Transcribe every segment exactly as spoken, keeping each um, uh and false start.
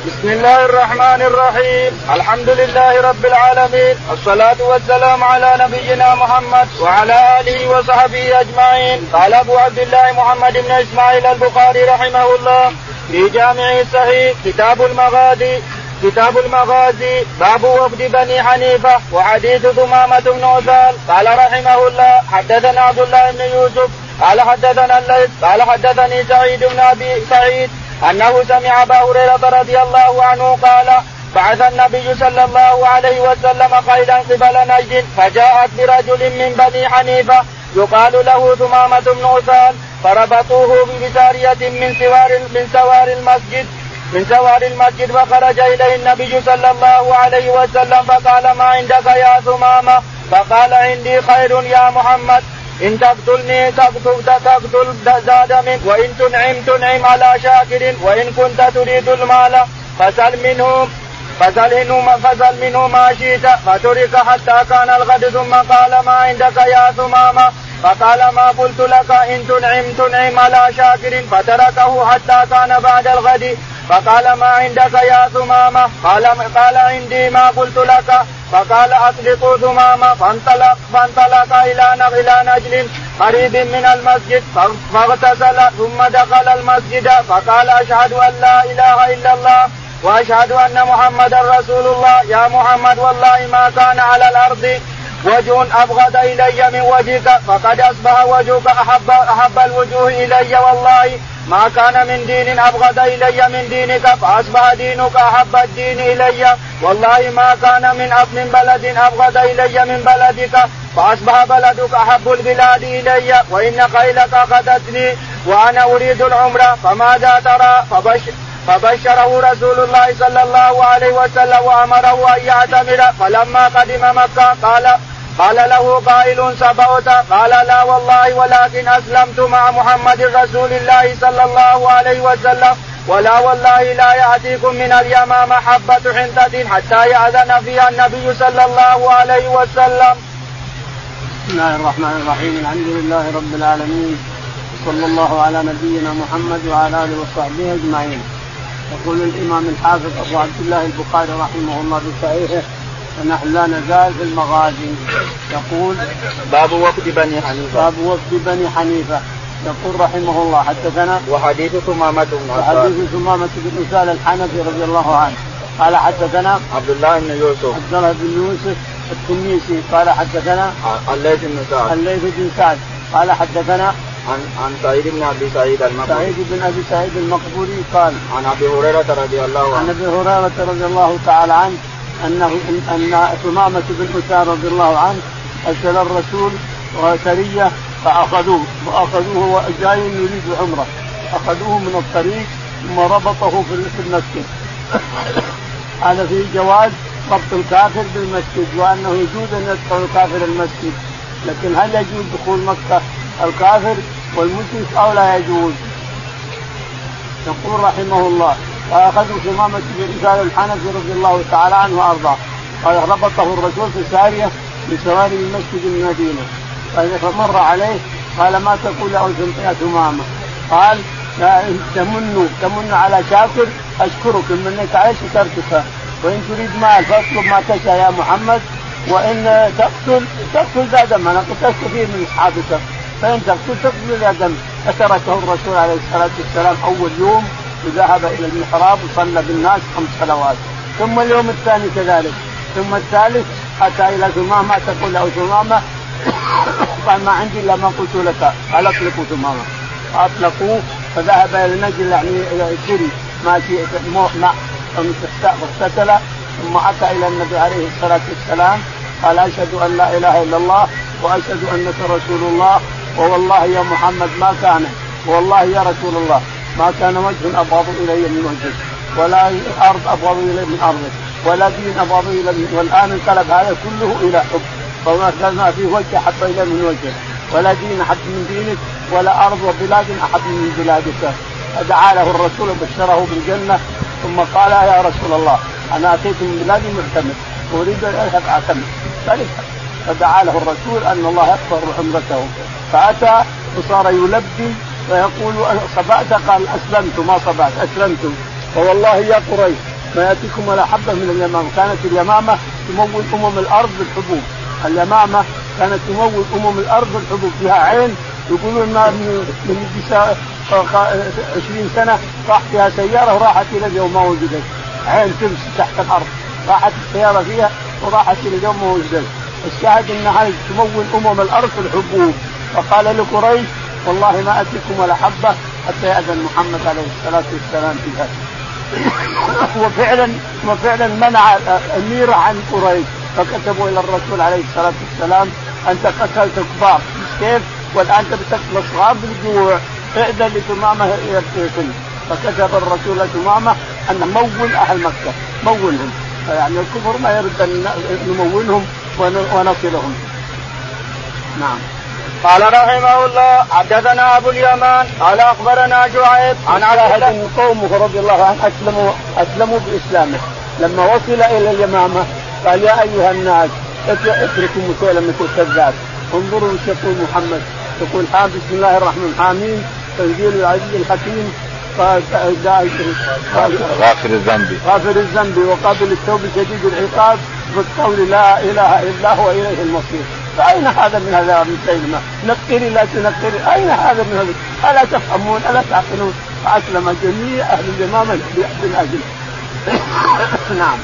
بسم الله الرحمن الرحيم. الحمد لله رب العالمين، الصلاة والسلام على نبينا محمد وعلى آله وصحبه أجمعين. قال أبو عبد الله محمد بن إسماعيل البخاري رحمه الله في جامعه الصحيح كتاب المغازي كتاب المغازي باب وفد بني حنيفة وحديث ثمامة بن عثال. قال رحمه الله حدثنا عبد الله بن يوسف قال حدثنا الليث قال حدثني سعيد بن أبي سعيد أنه سمع أبا هريرة رضي الله عنه قال بعث النبي صلى الله عليه وسلم خيلا قبل نجد فجاءت برجل من بني حنيفة يقال له ثمامة بن عثال فربطوه بسارية من سوار من سوار المسجد من سوار المسجد فخرج إليه النبي صلى الله عليه وسلم فقال ما عندك يا ثمامة؟ فقال عندي خير يا محمد، إن تقتلني تقتل تقتل زاد منك، وإن تنعم تنعم على شاكر، وإن كنت تريد المال فسل منه فسل منه فسل منه ما شئت. فترك حتى كان الغد ثم قال ما عندك يا ثمامة؟ فقال ما قلت لك إن تنعم تنعم على شاكر. فتركه حتى كان بعد الغد فقال ما عندك يا ثمامة؟ قال قال عندي ما قلت لك. فقال أطلقوا ثمامة. فانطلق فانطلق إلى إلى نجل قريب من المسجد فاغتسل ثم دخل المسجد فقال أشهد أن لا إله إلا الله وأشهد أن محمدا رسول الله. يا محمد والله ما كان على الأرض وجه أبغض إلي من وجهك، فقد أصبح وجهك أحب, أحب الوجوه إلي، والله ما كان من دين أبغض إلي من دينك، فأصبح دينك أحب الدين إلي، والله ما كان من من بلد أبغض إلي من بلدك، فأصبح بلدك أحب البلاد إلي، وإن خيلك أخذتني وأنا أريد العمرة، فماذا ترى؟ فبشر فبشره رسول الله صلى الله عليه وسلم وأمره أن يعتمر. فلما قدم مكة قال قال له قائل سبوت؟ قال لا والله، ولكن أسلمت مع محمد رسول الله صلى الله عليه وسلم، ولا والله لا يأتيكم من اليمام حبة حنطة حتى يأذن فيها النبي صلى الله عليه وسلم. بسم الله الرحمن الرحيم. الحمد لله رب العالمين، صلى الله على نبينا محمد وعلى آله وصحبه أجمعين. يقول الإمام الحافظ أبو عبد الله البخاري رحمه الله بصحيحه ونحن لا نزال في المغازي. يقول باب وفد بني حنيفة باب وفد بني حنيفة. يقول رحمه الله حدثنا وحديث ثمامة بن عثال وحديث ثمامة بن عثال الحنفي رضي الله عنه قال حدثنا عبد الله بن يوسف عبد الله بن يوسف التنيسي قال حدثنا الليث بن سعد الليث بن سعد قال حدثنا عن عن سعيد بن ابي سعيد المقبوري سعيد بن ابي سعيد المقبوري قال عن ابي هريره رضي الله عنه عن ابي هريره رضي الله تعالى عنه انه ان ثمامة بن عثال رضي الله عنه ارسل الرسول وسريه فاخذوه واخذوه وجاي يريد عمره، اخذوه من الطريق ثم ربطه في المسجد. هذا فيه جواز ربط الكافر بالمسجد، وانه يجوز ان يدخل الكافر المسجد، لكن هل يجوز دخول مكة الكافر والمشرك أو لا يجوز؟ يقول رحمه الله فأخذوا ثمامة بن عثال الحنفي رضي الله تعالى عنه وأرضاه قال ربطه الرسول في سارية من سواري المسجد المدينة، فمر عليه قال ما تقول يا ثمامة؟ قال تمن تمن على شاكر أشكرك منك على شكرتك، وإن تريد مال فاطلب ما تشاء يا محمد، وإن تقتل تقتل ذا دم، أنا قتلت كثير من أصحابك، فإن تقتل تقتل ذا دم. فتركه الرسول عليه الصلاة والسلام أول يوم وذهب إلى المحراب وصلى بالناس خمس صلوات، ثم اليوم الثاني كذلك، ثم الثالث أتى إلى ثمامة تقول له ثمامة قال ما عندي إلا ما قلت لك، قال اطلقوا ثمامة، أطلقوه فذهب إلى النجل يعني يشتري ما شيء ماء فاغتسل، ثم أتى إلى النبي عليه الصلاة والسلام قال أشهد أن لا إله إلا الله وأشهد أنك رسول الله، ووالله يا محمد ما كان والله يا رسول الله ما كان وجه أبغض إلي من وجهك، ولا أرض أبغض إلي من أرضك، ولا دين أبغض إلي من، والآن انقلب هذا كله إلى حب، فما كان فيه وجه أحب إلي من وجهك، ولا دين أحب من دينك، ولا أرض وبلاد أحب من بلادك. فدعا له الرسول وبشره بالجنة، ثم قال يا رسول الله أنا أتيت من بلادي معتمر أريد أن أذهب أعتمر، فدعا له الرسول أن الله يغفر عمرته، فأتى وصار يلبي ويقول صبأت؟ قال أسلمت. ما صبأت أسلمت، فوالله يا قريش ما يأتيكم ولا حبة من اليمامة. كانت اليمامة تمول أمم الأرض بالحبوب. اليمامة كانت تمول أمم الأرض بالحبوب، فيها عين يقولون من من عشرين سنة راح فيها سيارة وراحت إلى اليوم ما وجدت، عين تمشي تحت الأرض راحت السيارة فيها وراحت إلى اليوم ما وجدت. الشاهد أنها تمول أمم الأرض بالحبوب. فقال لقريش والله ما أتيكم ولا حبة حتى يأذن محمد عليه الصلاة والسلام في هذا. وفعلا وفعلا منع أمير عن قريش، فكتبوا إلى الرسول عليه الصلاة والسلام أنت قتلت كبار كيف والآن تقتل الصغار بالجوع، إذن لتمامة يقتل. فكتب الرسول لتمامة أن مول أهل مكة، مولهم، يعني الكفر ما يرد أن نمولهم ونصلهم. نعم. قال رحمه الله حدثنا أبو اليمان قال أخبرنا شعيب عن عبد الله قومه رضي الله عنه أسلموا أسلموا بإسلامه. لما وصل إلى اليمامة قال يا أيها الناس اتركوا مسيلمة الكذاب، انظروا ايش يقول محمد، يقول حام بسم الله الرحمن الرحيم تنزيل العزيز الحكيم غافر الذنب غافر الذنب وقابل التوب شديد العقاب بالقول لا إله إلا هو إليه المصير. فأين هذا من هذا مسيلمة؟ نقري لا تنقري، أين هذا من هذا؟ ألا تفهمون ألا تعقلون؟ فأسلم جميع أهل اليمامة من أجل. نعم.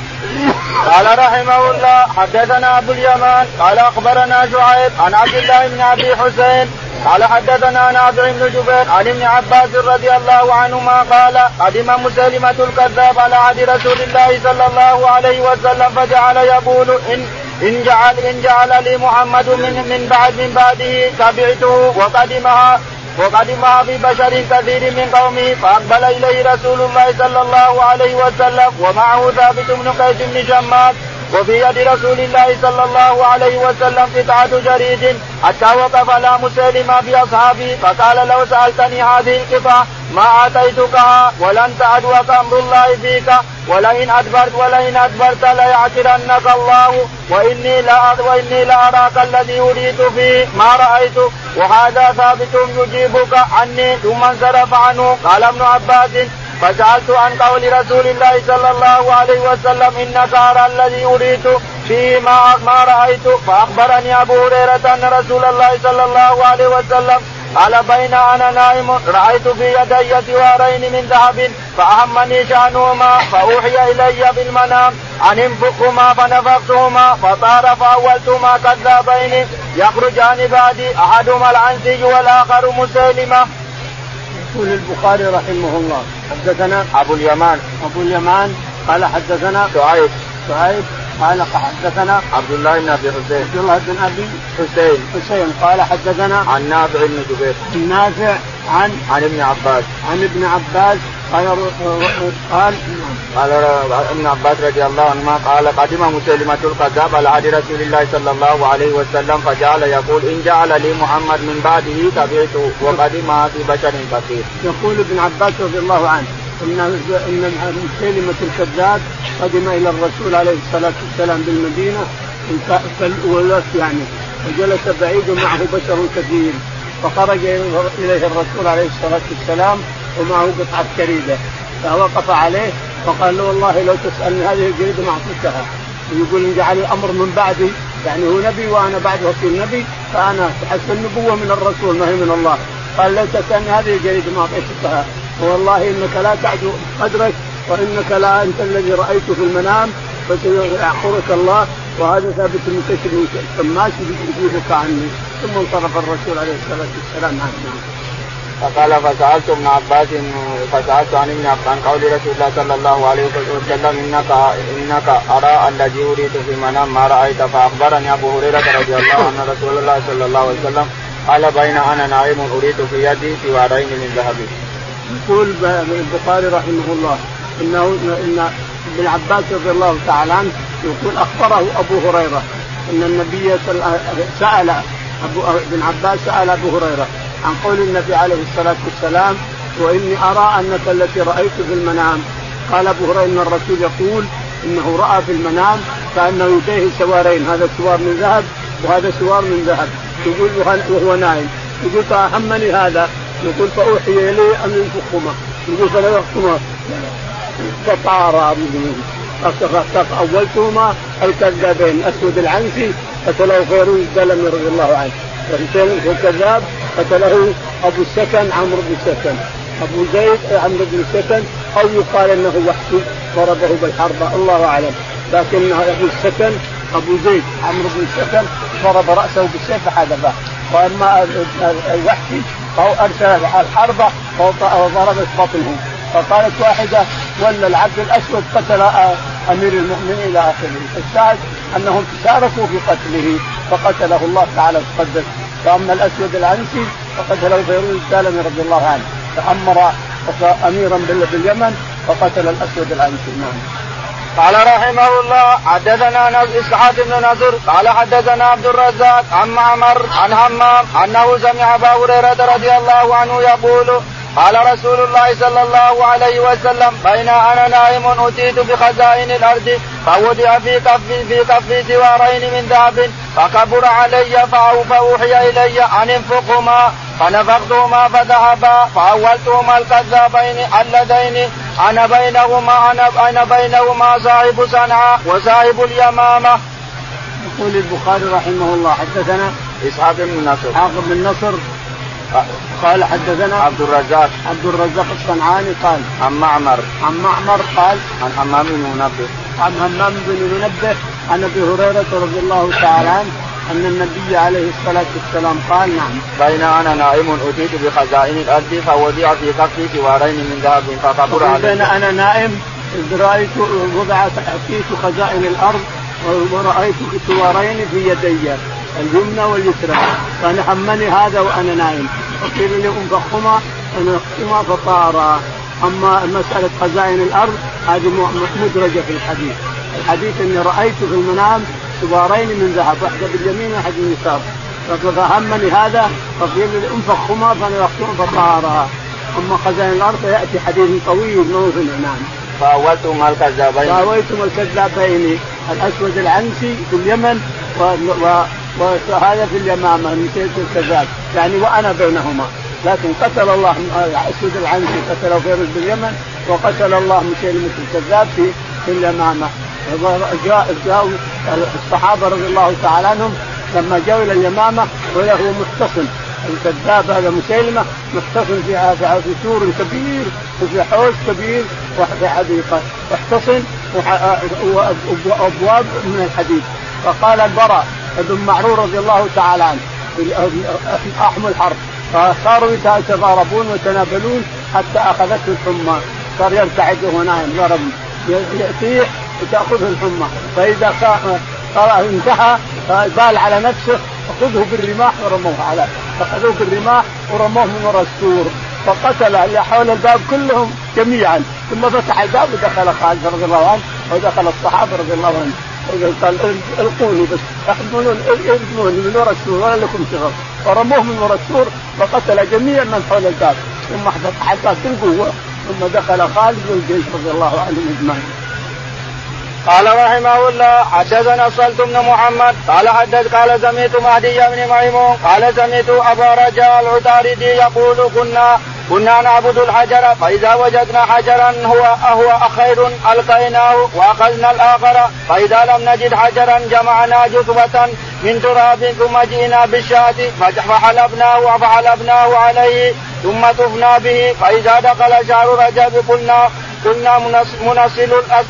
قال رحمه الله حدثنا أبو اليمان قال أخبرنا شعيب عن عبد الله بن أبي حسين قال حدثنا نافع بن جبير عن ابن عباس رضي الله عنهما قال قدم مسيلمة الكذاب على عهد رسول الله صلى الله عليه وسلم فجعل يقول إن إن جعل إن جعل لي محمد من من بعد من بعده تبعته وقدمها وقدمها ببشر كثير من قومه فأقبل إليه رسول الله صلى الله عليه وسلم ومعه ثابت بن قيس بن شماس وفي يد رسول الله صلى الله عليه وسلم قطعة جريد حتى وقف على مسيلمة بأصحابه فقال لو سألتني هذه القطعة ما أعطيتكها ولن تعدوك أمر الله فيك ولئن أدبرت ولئن أدبرت ليعترنك الله وإني لا وإني لا أراك الذي أريد فيه ما رأيت وهذا ثابت يجيبك عني. ثم انصرف عنه. قال ابن عباس فسألت عن قول رسول الله صلى الله عليه وسلم إنك أرى الذي أريد فيه ما, ما رأيت. فأخبرني أبو هريرة أن رسول الله صلى الله عليه وسلم قال بين أنا نائم رأيت في يدي سوارين من ذهب فأهمني شأنهما فأوحي إلي بالمنام أن انفخهما فنفختهما فطار فأولتهما كذابين يخرجان بعدي أحدهما العنسي والآخر مسيلمة. يقول البخاري رحمه الله حدثنا أبو اليمان أبو اليمان قال حدثنا شعيب شعيب قال حدثنا عبد الله بن أبي حسين عبد الله بن أبي حسين حسين قال حدثنا عن نافع بن جبير نافع عن عن ابن عباس عن ابن عباس قال قال قال ابن عباس رضي الله عنهما قال قدم مسيلمة الكذاب على عهد رسول الله صلى الله عليه وسلم فجعل يقول إن جعل لي محمد من بعده تبعته وقدمها في بشر كثير. يقول ابن عباس رضي الله عنه إن إن مسيلمة الكذاب قدم إلى الرسول عليه الصلاة والسلام بالمدينة كالولد يعني وجلس بعيد معه بشر كثير فخرج إليه الرسول عليه الصلاة والسلام ومعه قطعة جريدة فوقف عليه وقال له والله لو تسألني هذه الجريدة ما أعطيتها. ويقول إن جعل الأمر من بعدي يعني هو نبي وأنا بعد رسول نبي فأنا حسب النبوة من الرسول ما هي من الله. قال لو تسألني هذه الجريدة ما أعطيتها والله إنك لا تعدو قدرك وإنك لا أنت الذي رأيته في المنام فسيأخرك الله وهذا ثابت من كشف الشماس يجيبك عني. ثم انصرف الرسول عليه الصلاة والسلام عنه. فقال فسألت ابن عباس فسألت عن ابن عباس عن قول رسول الله صلى الله عليه وسلم إنك إنك أرى الذي أريد في المنام ما رأيت. فأخبرني أبو هريرة رضي الله عنه رسول الله صلى الله عليه وسلم قال بين أنا نائم أريد في يدي سوارين من ذهب. يقول البخاري رحمه الله إنه إن ابن عباس رضي الله تعالى عنه يقول أخبره أبو هريرة إن النبي سأل أبو ابن عباس سأل أبو هريرة عن قول النبي عليه الصلاة والسلام وإني أرى أنك التي رأيت في المنام. قال أبو هريرة إن الرسول يقول إنه رأى في المنام كأنه يديه سوارين هذا سوار من ذهب وهذا سوار من ذهب يقول وهو نائم يقول فأهمني هذا يقول فأوحي إلي أن ينفخهما يقول فنفختهما فطارا بهم. أولتهما الكذابين أسود العنسي قتله فيروز الدلمي رضي الله عنه، والكذاب قتله أبو السكن عمرو بن السكن، أبو زيد عمرو بن السكن، أو يقال أنه وحشي ضربه بالحربة الله أعلم، لكن أبو السكن أبو زيد عمرو بن السكن ضرب رأسه بالسيف حدبه. وأما الوحشي أو أرسل الحربة وضربت بطنه. فقالت واحدة ولا العبد الأسود قتل أمير المؤمنين إلى آخره. الشاهد أنهم تشاركوا في قتله فقتله الله تعالى وتقدس. فأما الأسود العنسي فقتله فيروز الدلمي رضي الله عنه، فأمر أميرا باليمن فقتل الأسود العنسي. قال رحمه الله حدثنا إسحاق بن نصر قال حدثنا عبد الرزاق عن معمر عن همام أنه سمع أبا هريرة رضي الله عنه يقول قال رسول الله صلى الله عليه وسلم بين أنا نائم أتيت بخزائن الأرض فوضع في كفي في كفي سوارين من ذهب فكبر علي فأوحي إلي أن انفقهما فنفختهما فذهبا فأولتهما الكذابين اللذين أنا بينهما أنا, أنا بينهما صاحب صنعاء وصاحب اليمامة. يقول البخاري رحمه الله حدثنا إسحاق بن نصر إسحاق بن نصر قال حدثنا عبد الرزاق عبد الرزاق الصنعاني قال عن معمر عن معمر قال عن حمام بن منبه عن حمام بن منبه عن أبي هريرة رضي الله تعالى عنه أن النبي عليه الصلاة والسلام قال نعم بين أنا نائم أتيت بخزائن الأرض فوضع في كفي سوارين من ذهب فكبر علي. بين أنا نائم رأيت وضع أتيت خزائن الأرض ورأيت سوارين في يدي اليمنى واليسرى كان حمني هذا وأنا نائم فقيل لي انفخهما فنفخهما فطارا. أما مسألة خزائن الأرض هذه مدرجة في الحديث. الحديث أني رأيت في المنام سوارين من ذهب واحدة باليمين واحدة باليسار فهمني هذا فقيل لي انفخهما فنفخهما فطارا. أما خزائن الأرض يأتي حديث طويل نوف الإمام. فأولتهما الكذابين فأولتهما الكذابين الأسود العنسي في اليمن و... و... وهذا في اليمامة مسيلة الكذاب يعني وأنا بينهما. لكن قتل الله أسود العنسي قتله فيروز باليمن وقتل الله مسيلة الكذاب في في اليمامة. جاء جاء الصحابة رضي الله تعالى عنهم لما جاءوا إلى اليمامة وله محتصن الكذاب هذا مسيلمة محتصن في في سور كبير وفي حوش كبير وفي حديقة محتصن وأبواب من الحديد. فقال البراء ابن معرور رضي الله تعالى عنه أحمل الحرب فصاروا يتضاربون ويتنابلون حتى أخذته الحمى صار يرتعد ونائم ضرب يطيح وتأخذه الحمى فإذا انتهى بال على نفسه أخذه بالرماح ورموه على فأخذوه بالرماح ورموه من وراء السور فقتل اللي حول الباب كلهم جميعا. ثم فتح الباب ودخل خالد رضي الله عنه ودخل الصحابة رضي الله عنه قال القوني بس احملون ارموني من وراء السور ولا لكم شغل ورموه من وراء السور فقتل جميع من حول الباب. ثم فتح الباب بالقوة ثم دخل خالد والجيش رضي الله عنهم اجمعين. قال رحمه الله حدثنا صلت بن محمد قال حدث قال سمعت مهدي بن ميمون قال سمعت أبا رجاء العتاردي يقول كنا كنا نعبد الحجر فإذا وجدنا حجرا هو أهو خير ألقيناه وأخذنا الآخر فإذا لم نجد حجرا جمعنا جثوة من تراب ثم جئنا بالشاة فحلبناه فحلبناه عليه ثم طفنا به فإذا دخل شهر رجب قلنا كنا منصل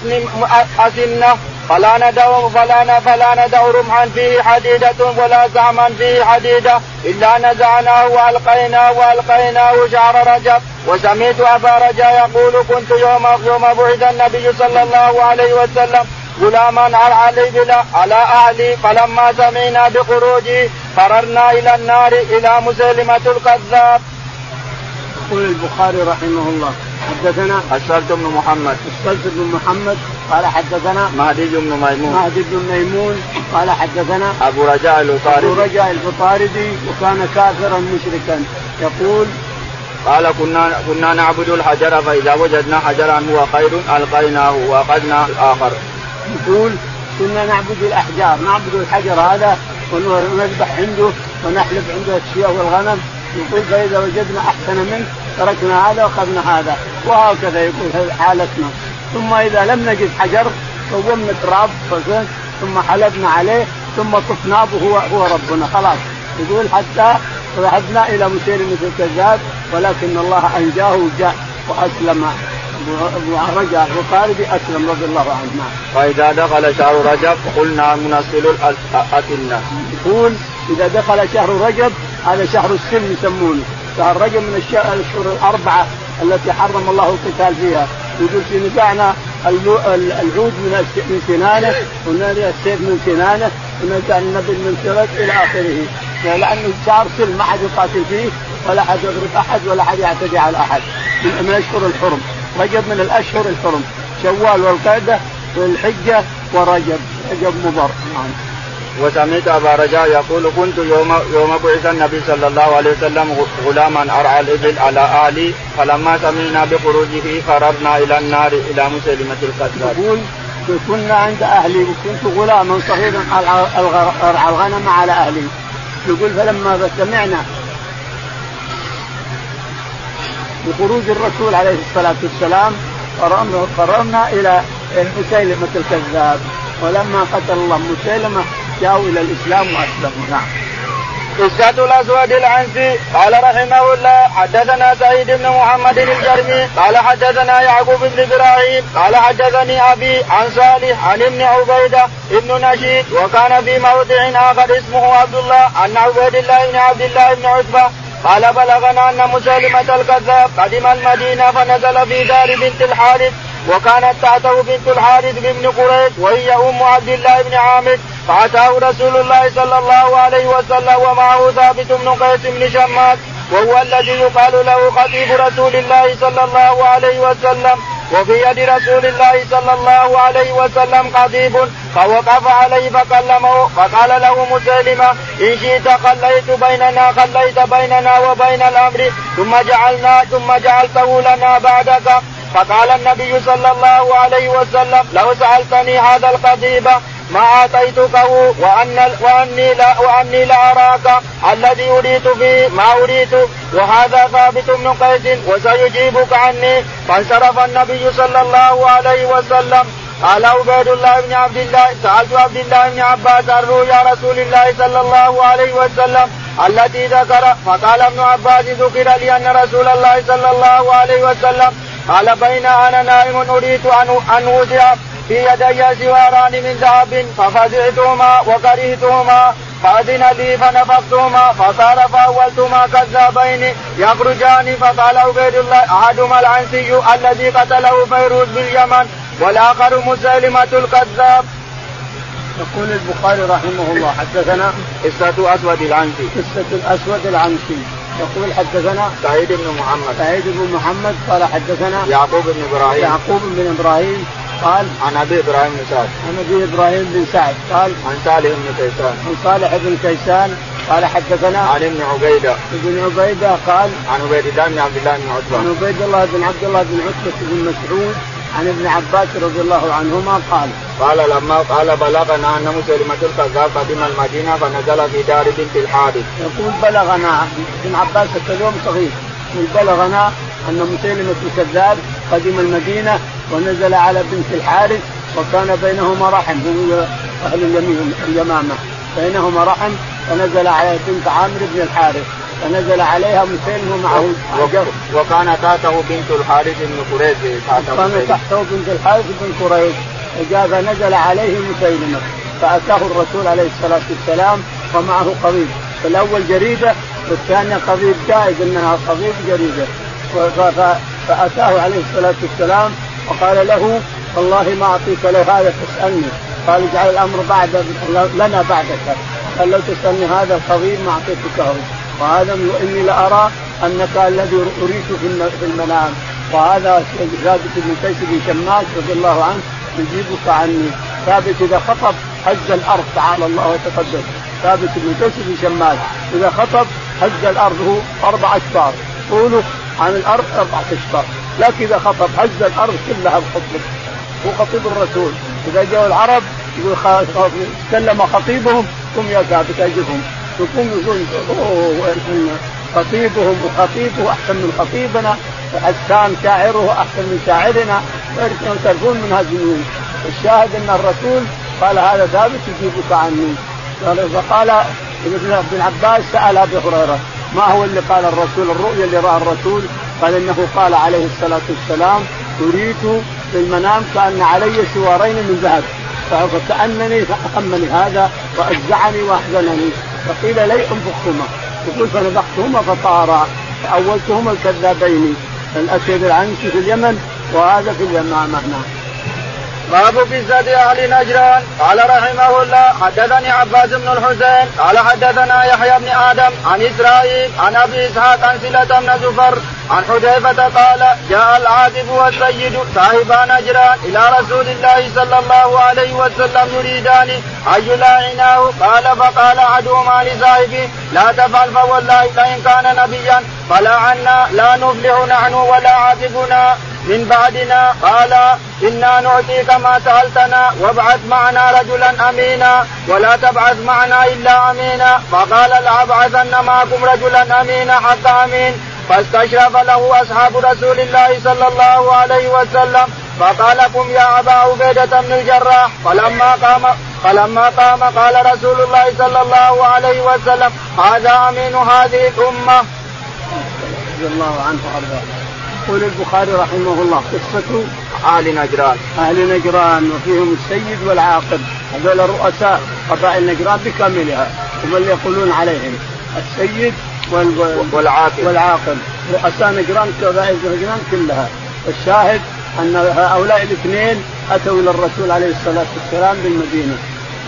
الأسنة فلا ندع فلا فلا ندع رمحا فيه حديدة ولا زعما فيه حديدة إلا نزعناه وألقيناه وألقيناه شهر رجب. وسمعت أبا رجاء يقول كنت يوم يوم بعث النبي صلى الله عليه وسلم غلاما على بلا على أهلي فلما سمعنا بخروجه فررنا إلى النار إلى مسيلمة الكذاب. يقول البخاري رحمه الله حدثنا الصلت بن محمد الصلت بن محمد قال حدثنا مهدي بن ميمون مهدي بن ميمون قال حدثنا أبو رجاء العطاردي أبو رجاء العطاردي وكان كافرا مشركا يقول قال كنا كنا نعبد الحجر فإذا وجدنا حجرا هو خير ألقيناه وأخذنا الآخر. يقول كنا نعبد الأحجار نعبد الحجر هذا ونذبح عنده ونحلب عنده الشياه والغنم. يقول فإذا وجدنا أحسن منه تركنا هذا وأخذنا هذا وهكذا يقول حالتنا ثم إذا لم نجد حجر صومنا تراب ثم حلبنا عليه ثم طفناه هو هو ربنا خلاص. يقول حتى ذهبنا إلى مسيلمة الكذاب ولكن الله أنجاه وجاء وأسلم ورجع وقارب أسلم رضي الله عنه. فإذا دخل شهر رجب قلنا منزل الأكلة. يقول إذا دخل شهر رجب هذا شهر السلم يسمونه شهر رجب من الأشهر الأربعة التي حرم الله القتال فيها. يقول في نزاعنا العود من سنانه ونرى السيف من سنانه ونزع النبي من سرد إلى آخره لأنه شهر سلم ما حد يقاتل فيه ولا حد يضرب أحد ولا حد يعتدي على أحد من الأشهر الحرم. رجب من الأشهر الحرم شوال والقعدة والحجة ورجب رجب مضر. وسمعت أبا رجاء يقول كنت يوم يوم بعث النبي صلى الله عليه وسلم غلاما أرعى الإبل على أهلي فلما سمعنا بخروجه فررنا إلى النار إلى مسيلمة الكذاب. يقول كنا عند أهلي وكنت غلاما صغيرا أرعى الغنم على أهلي. يقول فلما سمعنا بخروج الرسول عليه الصلاة والسلام قررنا إلى مسيلمة الكذاب ولما قتل الله مسيلمة جاءوا إلى الإسلام وأسلموا. نعم. قصة الأسود العنسي قال رحمه الله حدثنا سعيد بن محمد الجرمي قال حدثنا يعقوب بن إبراهيم قال حدثني أبي عن صالح عن ابن عبيدة ابن نشيد وكان في موضع آخر اسمه عبد الله عن عبيد الله بن عبد الله بن عتبة قال بلغنا أن مسيلمة الكذاب قدم المدينة فنزل في دار بنت الحارث وكانت تحته بنت الحارث بن قريش وهي أم عبد الله بن عامر فأتاه رسول الله صلى الله عليه وسلم ومعه ثابت بن قيس بن شماس وهو الذي يقال له خطيب رسول الله صلى الله عليه وسلم وفي يد رسول الله صلى الله عليه وسلم خطيب فوقف عليه فكلمه فقال له مسيلمة إن شئت خليت بيننا خليت بيننا وبين الأمر ثم جعلنا ثم جعلته لنا بعدك. فقال النبي صلى الله عليه وسلم لو سألتني هذا الخطيب ما أعطيتكه وأن وأني لا وأني لا أراك الذي أريد فيه ما أريد وهذا ثابت بن قيس وسيجيبك عني. فانصرف النبي صلى الله عليه وسلم. قال عبيد الله بن عبد الله سألت عبد الله بن عباس عن رؤيا رسول الله صلى الله عليه وسلم التي ذكر فقال ابن عباس ذكر لي أن رسول الله صلى الله عليه وسلم قال بين أنا نائم أريد أن أوضع في يدي سواران من ذهب ففزعتهما وكرهتهما فأذن لي فنفختهما فصار فأولتهما كذابين يخرجان. فقال عبيد الله أحدهما العنسي الذي قتله فيروز باليمن والآخر مسيلمة الكذاب. يقول البخاري رحمه الله حدثنا قصة أسود العنسي قصة الأسود العنسي. يقول حدثنا سعيد بن محمد سعيد بن محمد قال حدثنا يعقوب بن إبراهيم يعقوب بن إبراهيم قال عن أبي إبراهيم بن سعد عن أبي إبراهيم بن سعد قال عن صالح بن كيسان عن صالح بن كيسان قال حدثنا عن ابن عبيدة ابن عبيدة قال عن عبيد الله بن عبد الله بن عتبة عن عبيد الله بن عبد الله بن عتبة بن مسعود عن ابن عباس رضي الله عنهما قال قال لما قال بلغنا أن مسيلمة الكذاب قدم المدينة فنزل في دار بنت الحارث. يقول بلغنا ابن عباس اليوم صغير يقول بلغنا أن مسيلمة الكذاب قدم المدينة ونزل على بنت الحارث وكان بينهما رحم هو أهل اليمين اليمامة بينهما رحم فنزل على بنت عامر بن الحارث فنزل عليها مسيلمة معه وكان تحته بنت الحارث بن قريش كان تحته بنت الحارث بن قريش فجاء فنزل عليه مسيلمة فأتاه الرسول عليه الصلاة والسلام ومعه قضيب فالأول جريدة والثانية قضيب جائز إنها قضيب جريدة فأتاه عليه الصلاة والسلام وقال له والله ما أعطيك لو هذا تسألني قال اجعل الأمر بعد لنا بعدك قال لو تسألني هذا القضيب ما أعطيتك وهذا وإني لأرى أنك الذي أريد في المنام وهذا ثابت بن قيس بن شماس رضي الله عنه يجيبك عني. ثابت إذا خطب هز الأرض تعالى الله وتقدس. ثابت بن قيس بن شماس إذا خطب هز الأرض هو أربع أشبار طوله عن الأرض أربعة أشبار لكن إذا خطب هز الأرض كلها بخطبه. هو خطيب الرسول إذا جاءوا العرب يقول تكلم خطيبهم قم يا ثابت أجبهم يقوم يقول خطيبهم وخطيبه أحسن من خطيبنا حسان شاعره أحسن من شاعرنا ويرتفون من هذه. الشاهد أن الرسول قال هذا ثابت يجيبك عني. فقال ابن عباس سأل أبي هريرة ما هو اللي قال الرسول الرؤيا اللي رأى الرسول؟ قال إنه قال عليه الصلاة والسلام أريد في المنام كأن علي سوارين من ذهب فكأنني فأهمني هذا وأجزعني وأحزنني فقيل لي انفخهما يقول فنفختهما فطارا فأولتهما الكذابين الأسود العنسي في اليمن وهذا في اليمامة. باب في زاد أهل نجران. قال رحمه الله حدثني عباس بن الحسين قال حدثنا يحيى بن آدم عن إسرائيل عن أبي إسحاق عن سلة بن زفر عن حذيفة قال جاء العاتب والسيد صاحبا نجران إلى رسول الله صلى الله عليه وسلم يريدان أن يلاعناه قال فقال أحدهما لصاحبه لا تفعل فوالله لئن كان نبيا فلا عنا لا نفلح نحن ولا عاتبنا من بعدنا. قال إنا نعطيك ما سألتنا وابعث معنا رجلا أمينا ولا تبعث معنا إلا أمينا. فقال لأبعثن معكم رجلا أمينا حتى أمين. فاستشرف له أصحاب رسول الله صلى الله عليه وسلم فقال قم يا أبا عبيدة بن الجراح. فلما قام فلما قام قال رسول الله صلى الله عليه وسلم هذا أمين هذه الأمة. رضي الله عنه وأرضاه. يقول البخاري رحمه الله قصة أهل نجران. أهل نجران وفيهم السيد والعاقل هذول رؤساء قبائل نجران بكاملها هم اللي يقولون عليهم السيد والعاقل والعاقل رؤساء نجران قبائل نجران كلها. الشاهد أن هؤلاء الاثنين أتوا إلى الرسول عليه الصلاة والسلام بالمدينة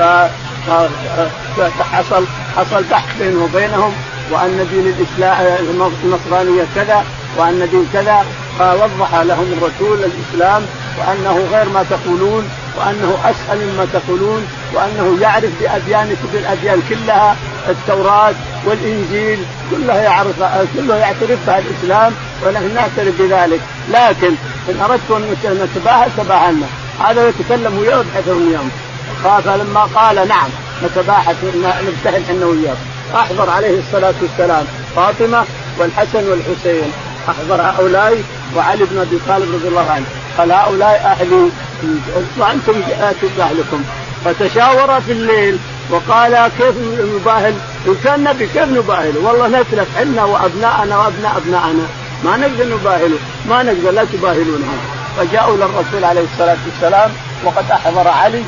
فحصل حصل بحث بينه وبينهم وأن دين الإسلام النصرانية كذا وأن دين كذا فوضح لهم الرسول الإسلام وأنه غير ما تقولون وأنه أسهل مما تقولون وأنه يعرف بأديانكم بالأديان كلها التوراة والإنجيل كلها يعرفها كلها يعترفها الإسلام ونحن نعترف بذلك لكن إن أردت أن نتباهل تباهلنا. هذا يتكلم ويبحثهم يوم فلما قال نعم نتباحث نبتهل حنا وياه أحضر عليه الصلاة والسلام فاطمة والحسن والحسين أحضر هؤلاء وعلي بن أبي طالب رضي الله عنه قال هؤلاء أهلي وأنتم آتوا بأهلكم. فتشاور في الليل وقال كيف نباهل إن كان نبي كيف نباهله والله نتلف حنا وأبناءنا وأبناء أبناءنا ما نقدر نباهله ما نقدر لا تباهلونها. فجاءوا للرسول عليه الصلاة والسلام وقد أحضر علي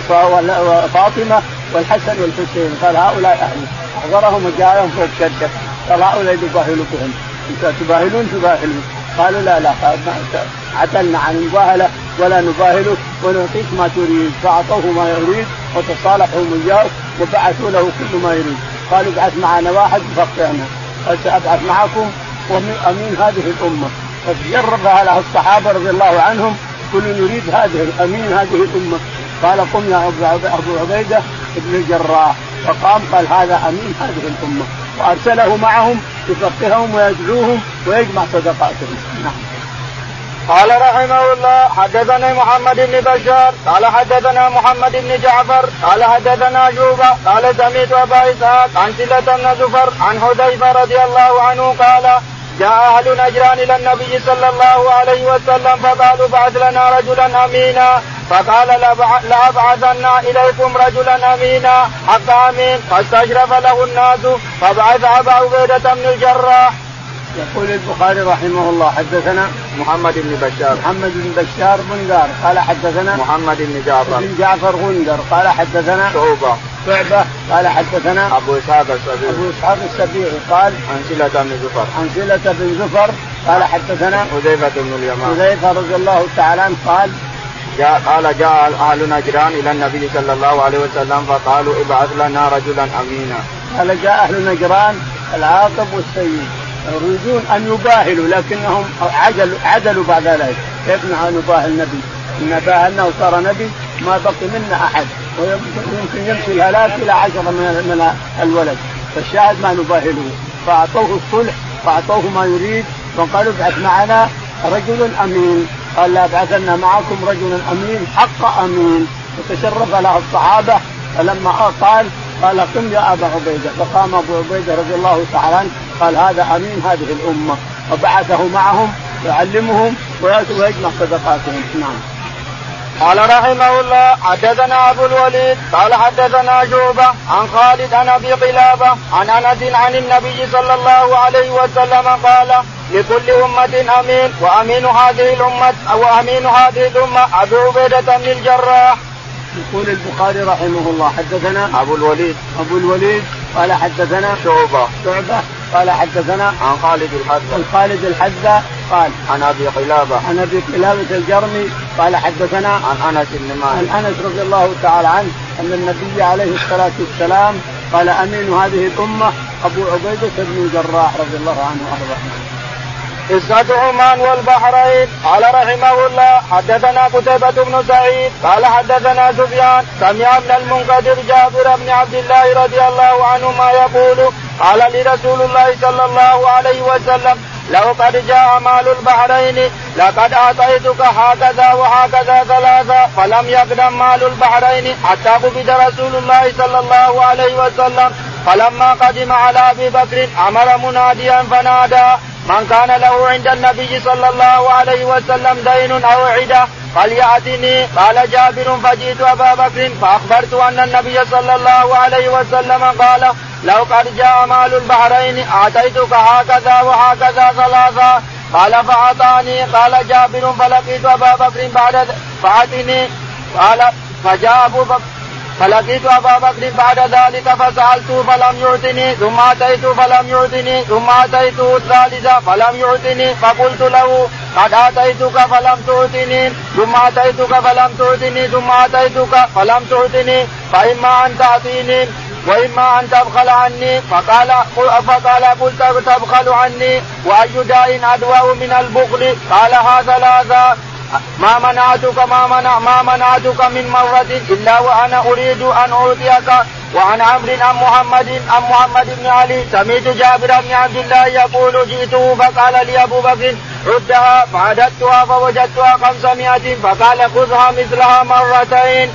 وفاطمة والحسن والحسين قال هؤلاء أهلي أحضرهم وجاءهم فوق شركة قال هؤلاء يباهلوا بهم أنت تباهلون تباهلون. قالوا لا لا عدلنا عن المباهلة ولا نباهله ونعطيك ما تريد. فأعطوه ما يريد وتصالحوا وياه وبعثوا له كل ما يريد. قالوا ابعث معنا واحد فقطعنا قال سأبعث معكم وأمين هذه الأمة. فجرب على الصحابة رضي الله عنهم كل يريد هذه أمين هذه الأمة. قال قم يا أبو عبيدة ابن الجراح فقام قال هذا أمين هذه الأمة وأرسله معهم يفقههم ويدعوهم ويجمع صدقاتهم. نعم. قال رحمه الله حدثنا محمد بن بشار قال حدثنا محمد بن جعفر قال حدثنا شعبة قال سمعت أبا إسحاق عن سلة بن زفر عن حذيفة رضي الله عنه قال جاء أهل نجران إلى النبي صلى الله عليه وسلم فقالوا بعث لنا رجلا أمينا. فقال لأبعثن إليكم رجلا أمينا حق أمين. فاستشرف له الناس فبعث أبا عبيدة بن الجراح. يقول البخاري رحمه الله حدثنا محمد بن بشار محمد بن بشار غندر قال حدثنا محمد بن جعفر بن جعفر غندر قال حدثنا شعبة شعبة قال حدثنا أبو إسحاق السبيعي أبو إسحاق السبيعي قال عن سلة بن زفر عن سلة بن زفر قال حدثنا حذيفة بن اليمان حذيفة رضي الله تعالى عنه قال جاء قال جاء أهل نجران إلى النبي صلى الله عليه وسلم فقالوا ابعث لنا رجلا أمينا. قال جاء أهل نجران العاقب والسيد يريدون أن يباهلوا لكنهم عدلوا, عدلوا بعد ذلك. كيف نباهل النبي إن باهلنا وصار نبي ما بقي منا أحد ويمكن يمشي الهلاك إلى عشرة من الولد. فالشاهد ما نباهله فأعطوه الصلح فأعطوه ما يريد وقالوا ابعث معنا رجل أمين. قال لا ابعثنا معكم رجل أمين حق أمين. وتشرف له الصحابة فلما قال قال قم يا أبا عبيدة. فقام أبو عبيدة رضي الله تعالى عنه قال هذا أمين هذه الأمة وبعثه معهم يعلمهم ويجمع صدقاتهم. نعم. قال رحمه الله حدثنا أبو الوليد قال حدثنا شعبة عن خالد عن أبي قلابة عن أنس عن النبي صلى الله عليه وسلم قال لكل أمة أمين وأمين هذه الأمة وأمين هذه الأمة أبو عبيدة بن الجراح. يقول البخاري رحمه الله حدثنا أبو الوليد أبو الوليد قال حدثنا شعبة شعبة قال حدثنا عن خالد الحذاء عن خالد الحذاء قال عن أبي قلابة عن أبي قلابة الجرمي قال حدثنا عن أنس بن مالك عن أنس رضي الله تعالى عنه أن النبي عليه الصلاة والسلام قال أمين هذه الأمة أبو عبيدة بن الجراح رضي الله عنه وأرضاه. قصة عمان والبحرين. قال رحمه الله حدثنا قتيبة بن سعيد قال حدثنا سفيان سمع ابن المنكدر جابر بن عبد الله رضي الله عنهما يقول قال لرسول الله صلى الله عليه وسلم لو قد جاء مال البحرين لقد أعطيتك هكذا وهكذا ثلاثة فلم يقدم مال البحرين حتى قبض رسول الله صلى الله عليه وسلم. فلما قدم على أبي بكر أمر مناديا فنادى من كان له عند النبي صلى الله عليه وسلم دين أو عدة فليأتني. قال جابر فجئت أبا بكر فأخبرت أن النبي صلى الله عليه وسلم قال لو قد جاء مال البحرين أعطيتك هكذا وهكذا ثلاثة. قال فأعطاني. قال جابر فلقيت أبا بكر بعد فأتني قال فجاء أبو بكر فلقيت أبا بكر بعد ذلك فسألته فلم يعطني ثم أتيت فلم يعطني ثم أتيته الثالثة فلم يعطني فقلت له قد أتيتك فلم تعطني ثم أتيتك فلم تعطني ثم أتيتك فلم تعطني فإما أن تعطيني وإما أن تبخل عني. فقال فقال قلت تبخل عني وأي داء أدوى من البخل؟ قال هذا ثلاثة ما منعتك ما منع ما منعتك من مرة إلا وأنا أريد أن أعطيك. وعن عمرو عن محمد عن محمد بن علي سمعت جابر بن عبد الله يقول جئته فقال لي أبو بكر عدها فعددتها فوجدتها خمسمائة فقال خذها مثلها مرتين.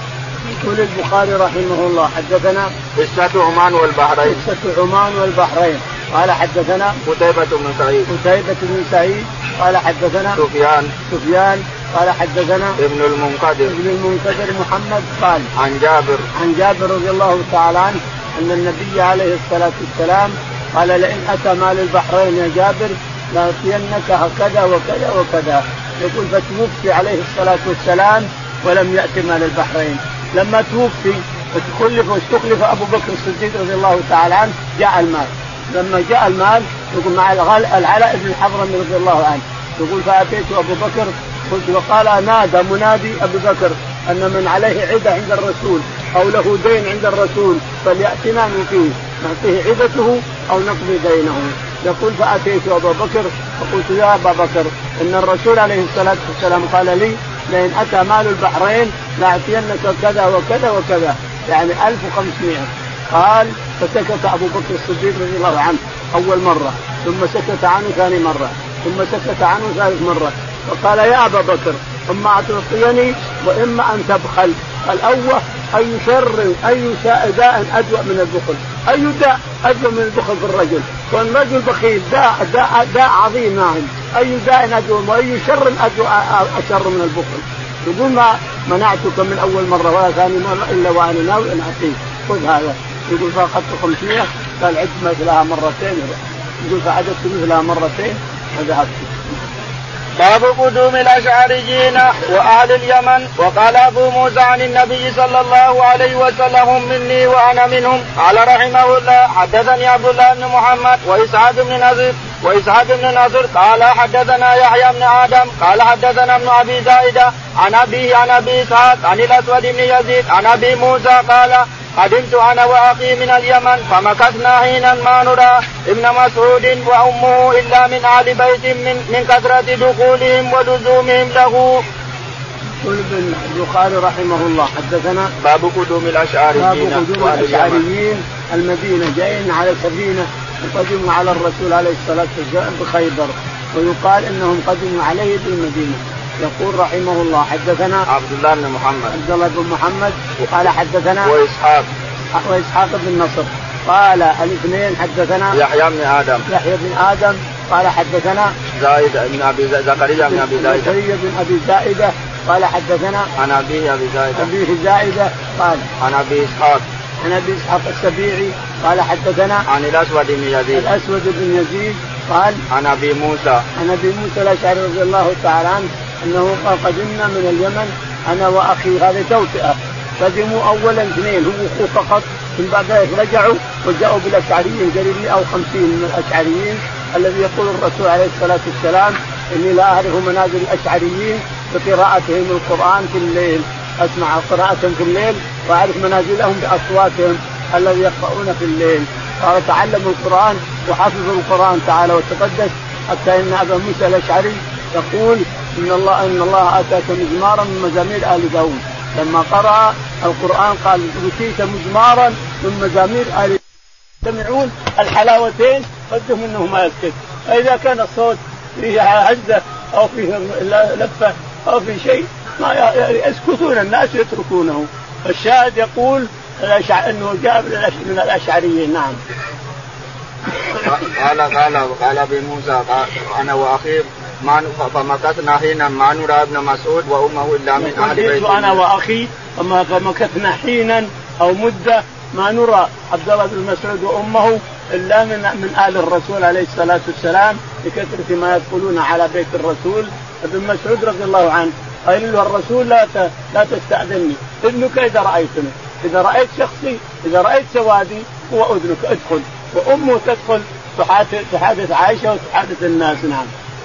يقول البخاري رحمه الله حدثنا قصة عمان والبحرين قصة عمان والبحرين قال حدثنا قتيبة بن سعيد قتيبة بن سعيد قال حدثنا سفيان سفيان قال حدثنا ابن المنكدر ابن المنكدر محمد قال عن جابر عن جابر رضي الله تعالى عنه أن النبي عليه الصلاة والسلام قال لئن أتى مال البحرين يا جابر لأعطينك هكذا وكذا وكذا. يقول فتوفي عليه الصلاة والسلام ولم يأتي مال البحرين. لما توفي وتخلف واستخلف أبو بكر الصديق رضي الله تعالى عنه جاء المال. لما جاء المال يقول مع العلاء بن الحضرمي رضي الله عنه يقول فأتيت أبو بكر قلت وقال نادى منادي أبو بكر أن من عليه عدة عند الرسول أو له دين عند الرسول فليأتنا نعطيه نعطيه عدته أو نقضي دينه. يقول فأتيت أبو بكر فقلت يا أبا بكر إن الرسول عليه الصلاة والسلام قال لي لئن أتى مال البحرين لأعطينك كذا وكذا وكذا يعني ألف وخمسمائة. قال فسكت أبو بكر الصديق رضي الله عنه أول مرة ثم سكت عنه ثاني مرة ثم سكت عنه ثالث مرة فقال يا أبا بكر إما تعطيني وإما أن تبخل. الأول أي شر أي داء أدوى من البخل أي داء أدوى من البخل في الرجل والرجل بخيل داء داء داء عظيم ناهم أي داء أدوى وأي شر أدوى أشر من البخل. يقول ما منعتك من أول مرة ولا ثاني مرة إلا وأنا ناوي أن أعطيك خذ هذا. يقول فأخذت خمسمائة قال عد مثلها مرتين. يقول فعددت مثلها مرتين وذهبت. باب قدوم الأشعريين وأهل اليمن. وقال أبو موسى عن النبي صلى الله عليه وسلم هم مني وأنا منهم. قال رحمه الله حدثني عبد الله بن محمد وإسحاق بن نصر وإسحاق بن نصر قال حدثنا يحيى بن آدم قال حدثنا ابن أبي زائدة عن أبيه عن أبي إسحاق عن الأسود بن يزيد عن أبي موسى قال قدمت أنا وأخي من اليمن فمكثنا حينا ما نرى ابن مسعود وأمه إلا من أهل بيت من, من كثرة دخولهم ولزومهم له. يقول ابن البخاري رحمه الله حدثنا باب قدوم الأشعريين باب قدوم الأشعريين المدينة جايين على سفينة وقدموا على الرسول عليه الصلاة والسلام بخيبر ويقال إنهم قدموا عليه بالمدينة. يقول رحمه الله حدثنا عبد الله بن محمد عبد الله بن محمد قال حدثنا وإسحاق وإسحاق بن نصر قال الاثنين حدثنا يحيى بن آدم يحيى بن آدم قال حدثنا زائدة بن أبي زكريا بن أبي زائدة زكريا بن أبي زائدة قال حدثنا عن أبيه أبي زائدة أبيه زائدة قال عن أبي إسحاق عن أبي إسحاق السبيعي قال حدثنا عن الأسود بن يزيد الأسود بن يزيد قال عن أبي موسى عن أبي موسى الأشعري رضي الله تعالى عنه أنه قال قدمنا من اليمن أنا وأخي هذه توطئة قدموا أولا اثنين هم أخوه فقط ثم بعد ذلك رجعوا وجاءوا بالأشعريين قريب مئة وخمسين من الأشعريين الذي يقول الرسول عليه الصلاة والسلام إني لا أعرف منازل الأشعريين بقراءتهم القرآن في الليل أسمع قراءتهم في الليل وأعرف منازلهم بأصواتهم الذي يقرؤون في الليل قال تعلموا القرآن وحفظوا القرآن تعالى وتقدس حتى إن أبا موسى الأشعري يقول إن الله إن الله آتاك مزمارا من مزامير آل داود لما قرأ القرآن قال أوتيت مزمارا من مزامير آل يستمعون الحلاوتين قدهم إنه ما يسكت فإذا كان الصوت فيه هزة أو فيه لفة أو في شيء ما يسكتون الناس يتركونه. الشاهد يقول إنه جاء من الأشعريين. نعم. قال قال قال أبي موسى قال أنا وأخي ما فمكثنا حينا ما نرى ابن مسعود وأمه إلا من أهل بيته. أنا وأخي فمكثنا حينا أو مدة ما نرى عبد الله بن مسعود وأمه إلا من من آل الرسول عليه الصلاة والسلام لكثرة ما يدخلون على بيت الرسول. ابن مسعود رضي الله عنه قال له الرسول لا لا تستأذني إذنك إذا رأيتني إذا رأيت شخصي إذا رأيت سوادي هو أذنك ادخل وأمه تدخل تحادث عائشة وتحادث الناس. نعم.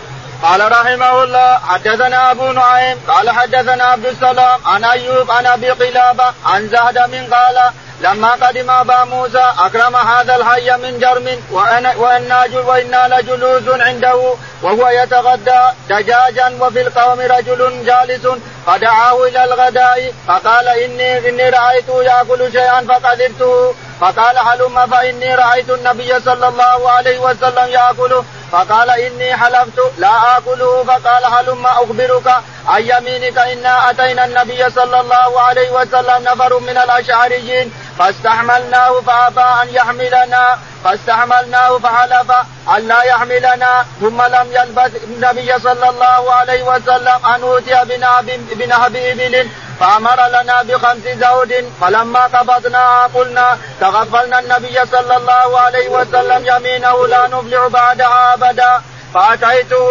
قال رحمه الله حدثنا أبو نعيم قال حدثنا عبد السلام عن أيوب عن أبي قلابة عن زهد من قال لما قدم أبا موسى أكرم هذا الحي من جرم وأنا وإنا, وإنا لجلوس عنده وهو يتغدى دجاجا وفي القوم رجل جالس فدعاه إلى الغداء فقال إني, إني رأيته يأكل شيئا فقدرته فقال هلم فإني رأيت النبي صلى الله عليه وسلم يأكله فقال إني حلفت لا آكله فقال هلم أخبرك عن يمينك إنا أتينا النبي صلى الله عليه وسلم نفر من الأشعريين فاستحملناه فأبى أن يحملنا فاستحملناه فحلف أن لا يحملنا ثم لم يلبث النبي صلى الله عليه وسلم أن أوتي بنهب إبل فأمر لنا بخمس زود فلما قبضناها قلنا تغفلنا النبي صلى الله عليه وسلم يمينه لا نفلح بعدها أبدا فأتيته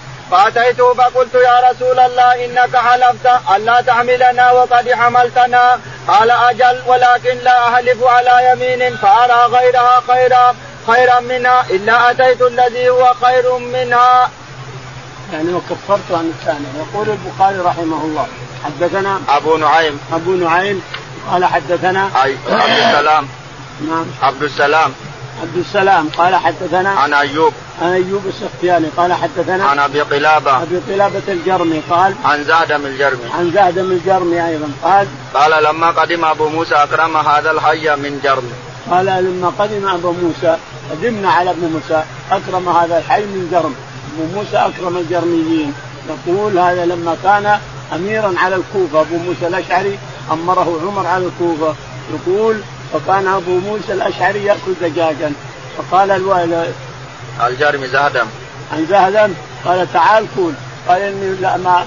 فأتيته فقلت يا رسول الله إنك حلفت ألا تحملنا وقد حملتنا قال أجل ولكن لا أحلف على يمين فأرى غيرها خيرا خيرا منها إلا أتيت الذي هو خير منها. يعني وكفرت عن الثاني. يقول البخاري رحمه الله حدثنا أبو نعيم أبو نعيم قال حدثنا عبد السلام نعم عبد السلام عبد السلام قال حدثنا عن أيوب عن أيوب السختياني قال حدثنا عن أبي قلابة أبي قلابة الجرمي قال عن زهد من الجرمي عن زهد من الجرمي أيضا قال قال لما قدم أبو موسى أكرم هذا الحي من جرم قال لما قدم أبو موسى قدمنا على ابن موسى أكرم هذا الحي من جرم. أبو موسى أكرم الجرميين. يقول هذا لما كان أميرا على الكوفة أبو موسى الأشعري أمره عمر على الكوفة. يقول فكان أبو موسى الأشعري يأكل دجاجا فقال الوالد الجرمي زهدم عن زهدم قال تعال كل قال إني لا ما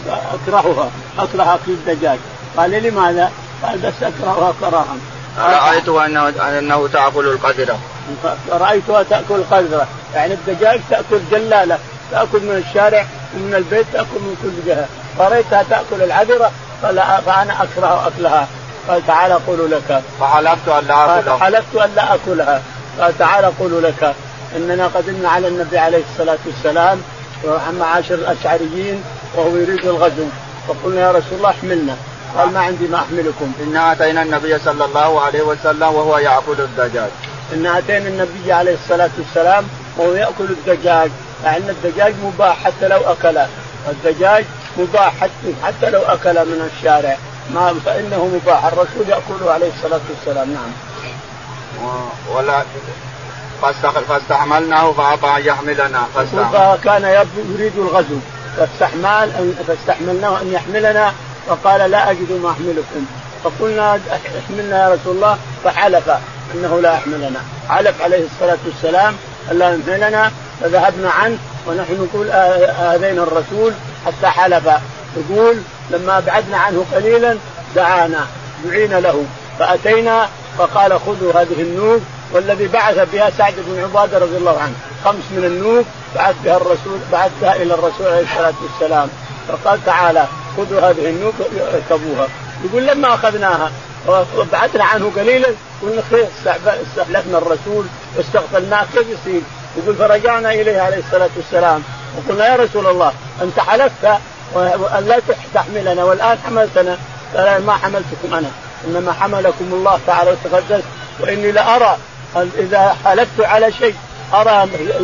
أكرهها أكره أكل الدجاج. قال لماذا؟ قال بس أكرهها كراها. رأيته أنه, أنه تأكل القذرة رأيتها تأكل القذرة يعني الدجاج تأكل جلالة تأكل من الشارع ومن البيت تأكل من كل جهة فرأيتها تأكل العذرة فأنا أكره أكلها. قال تعال أقول لك فحلفت أن لا أكلها حلفت أن لا أكلها. قال تعال أقول لك إننا قدمنا على النبي عليه الصلاة والسلام معاشر الأشعريين وهو يريد الغزو فقلنا يا رسول الله احملنا. قال ما عندي ما أحملكم. إنا أتينا النبي صلى الله عليه وسلم وهو يأكل الدجاج. إنا أتينا النبي عليه الصلاة والسلام وهو يأكل الدجاج لأن الدجاج مباح حتى لو أكله. الدجاج مباح حتى, حتى لو أكل من الشارع ما فإنه مباح. الرسول يأكله عليه الصلاة والسلام. نعم. ولا فاستحملناه فأبى أن يحملنا فكان يريد الغزو فاستحمل فاستحملناه أن يحملنا فقال لا أجد ما أحملكم. فقلنا احملنا يا رسول الله فحلف أنه لا يحملنا. حلف عليه الصلاة والسلام ألا يحملنا فذهبنا عنه ونحن نقول آذينا الرسول حتى حلف. يقول لما أبعدنا عنه قليلا دعانا دعينا له فأتينا فقال خذوا هذه النوق، والذي بعث بها سعد بن عبادة رضي الله عنه، خمس من النوق بعث بها الرسول بعثها إلى الرسول عليه الصلاة والسلام، فقال تعالى خذوا هذه النوق اركبوها. يقول لما أخذناها وبعدنا عنه قليلا قلنا خير استحلفنا الرسول واستغفلناه كيف يصير؟ يقول فرجعنا إليه عليه الصلاة والسلام وقلنا يا رسول الله أنت حلفت وأن لا تحملنا والآن حملتنا. قال ما حملتكم أنا إنما حملكم الله تعالى وتقدس، وإني لأرى إذا حلفت على شيء أرى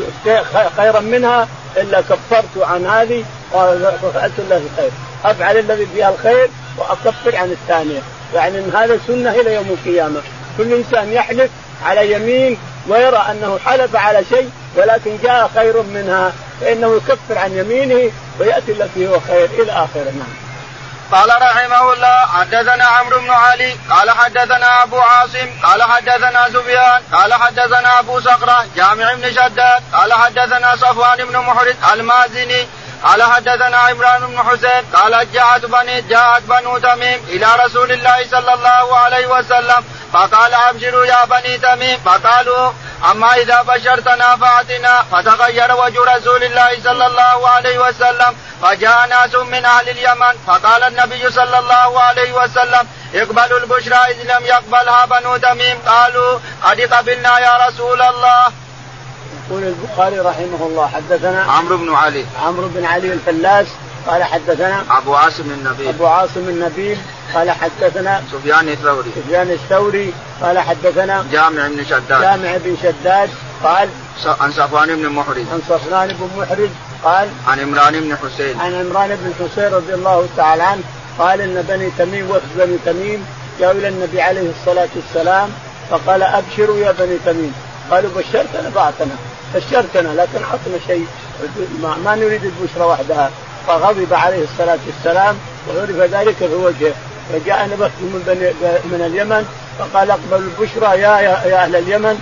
خيرا منها إلا كفرت عن هذه وفعلت الله خير، أفعل الذي فيها الخير وأكفر عن الثانية. يعني إن هذا سنة إلى يوم القيامة، كل إنسان يحلف على يمين ويرى أنه حلف على شيء ولكن جاء خير منها فإنه يكفر عن يمينه ويأتي الذي هو خير إلى آخره. قال رحمه الله حدثنا عمرو بن علي قال حدثنا أبو عاصم قال حدثنا سفيان قال حدثنا أبو صخرة جامع بن شداد قال حدثنا صفوان بن محرز المازني قال حدثنا عمران بن حسين قال جاءت بني جاءت بنو تميم إلى رسول الله صلى الله عليه وسلم فقال أبشروا يا بني تميم، فقالوا أما إذا بشرتنا فأتنا، فتغير وجه رسول الله صلى الله عليه وسلم فجاء ناس من أهل اليمن فقال النبي صلى الله عليه وسلم اقبلوا البشرى إذ لم يقبلها بنو تميم، قالوا قد قبلنا يا رسول الله. يقول البخاري رحمه الله حدثنا عمرو بن علي عمرو بن علي الفلاس قال حدثنا أبو عاصم النبيل أبو عاصم النبيل قال حدثنا سفيان الثوري سفيان الثوري قال حدثنا جامع بن شداد جامع بن شداد قال عن صفوان بن محرز عن صفوان بن محرز قال عن عمران بن حسين عن عمران بن حسين رضي الله تعالى عنه قال إن بني تميم وفد بني تميم جاءوا إلى النبي عليه الصلاة والسلام فقال أبشروا يا بني تميم، قالوا بشرتنا بعتنا بشرتنا لكن عطنا شيء ما, ما نريد البشرى وحدها. فغضب عليه الصلاة والسلام وعرف ذلك في وجهه، فجاء نبأ من, بني من اليمن فقال اقبلوا البشرى يا, يا, يا أهل اليمن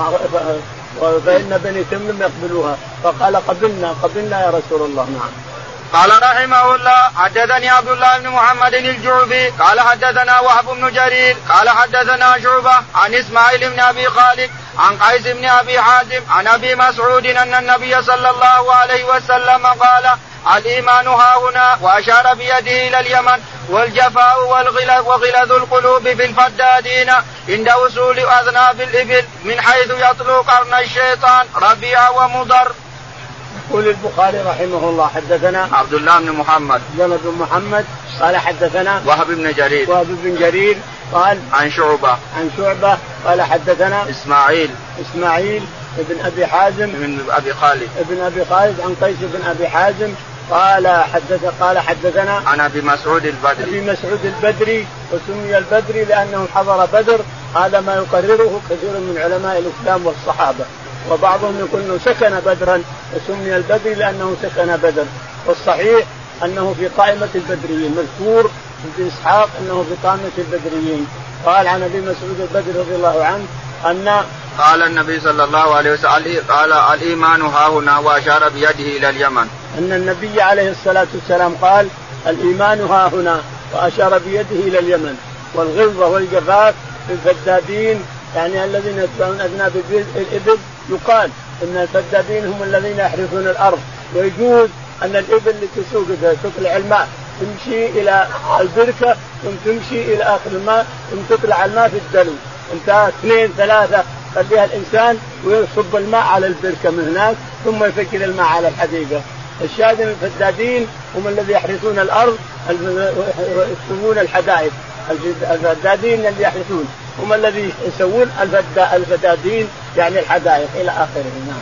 فإن بني تميم يقبلوها، فقال قبلنا قبلنا يا رسول الله. نعم. قال رحمه الله حدثني عبد الله بن محمد الجعفي قال حدثنا وهب بن جرير قال حدثنا شعبة عن إسماعيل بن أبي خالد عن قيس بن أبي حازم عن أبي مسعود أن النبي صلى الله عليه وسلم قال الإيمان هاهنا وأشار بيده إلى اليمن والجفاء والغلظ وغلظ القلوب في الفدادين عند وصول أذناب الإبل من حيث يطلق قرن الشيطان ربيع ومضر. يقول البخاري رحمه الله حدثنا عبد الله بن محمد بن محمد قال حدثنا وهب بن جرير وهب بن جرير قال عن شعبة عن شعبة قال حدثنا إسماعيل إسماعيل ابن أبي حازم ابن أبي خالد ابن أبي خالد عن قيس بن أبي حازم قال حدث قال حدثنا عن أبي مسعود البدري أبي مسعود البدري، وسمي البدري لأنه حضر بدر، هذا ما يقرره كثير من علماء الإسلام والصحابة، وبعضهم يقول انه سكن بدرا وسمي البدري لانه سكن بدر، والصحيح انه في قائمه البدريين، مذكور في اسحاق انه في قائمه البدريين. قال عن ابي مسعود البدري رضي الله عنه ان قال النبي صلى الله عليه وسلم قال الايمان هاهنا واشار بيده الى اليمن، ان النبي عليه الصلاه والسلام قال الايمان هاهنا واشار بيده الى اليمن، والغلظه والجفاف في الفدادين يعني الذين يتبعون اذناب الابل، يقال ان الفدادين هم الذين يحرثون الارض، ويجوز ان الابل اللي تسوق تطلع الماء تمشي الى البركه ثم تمشي الى اخر الماء ثم تطلع الماء في الدلو، انت اثنين ثلاثه خليها الانسان ويصب الماء على البركه من هناك ثم يفكر الماء على الحديقه. الشاهد الفدادين هم الذين يحرثون الارض ويسوون الحدائق، الفدادين اللي يحرثون هم الذي يسوون الفدادين يعني الحدائق إلى آخره. نعم.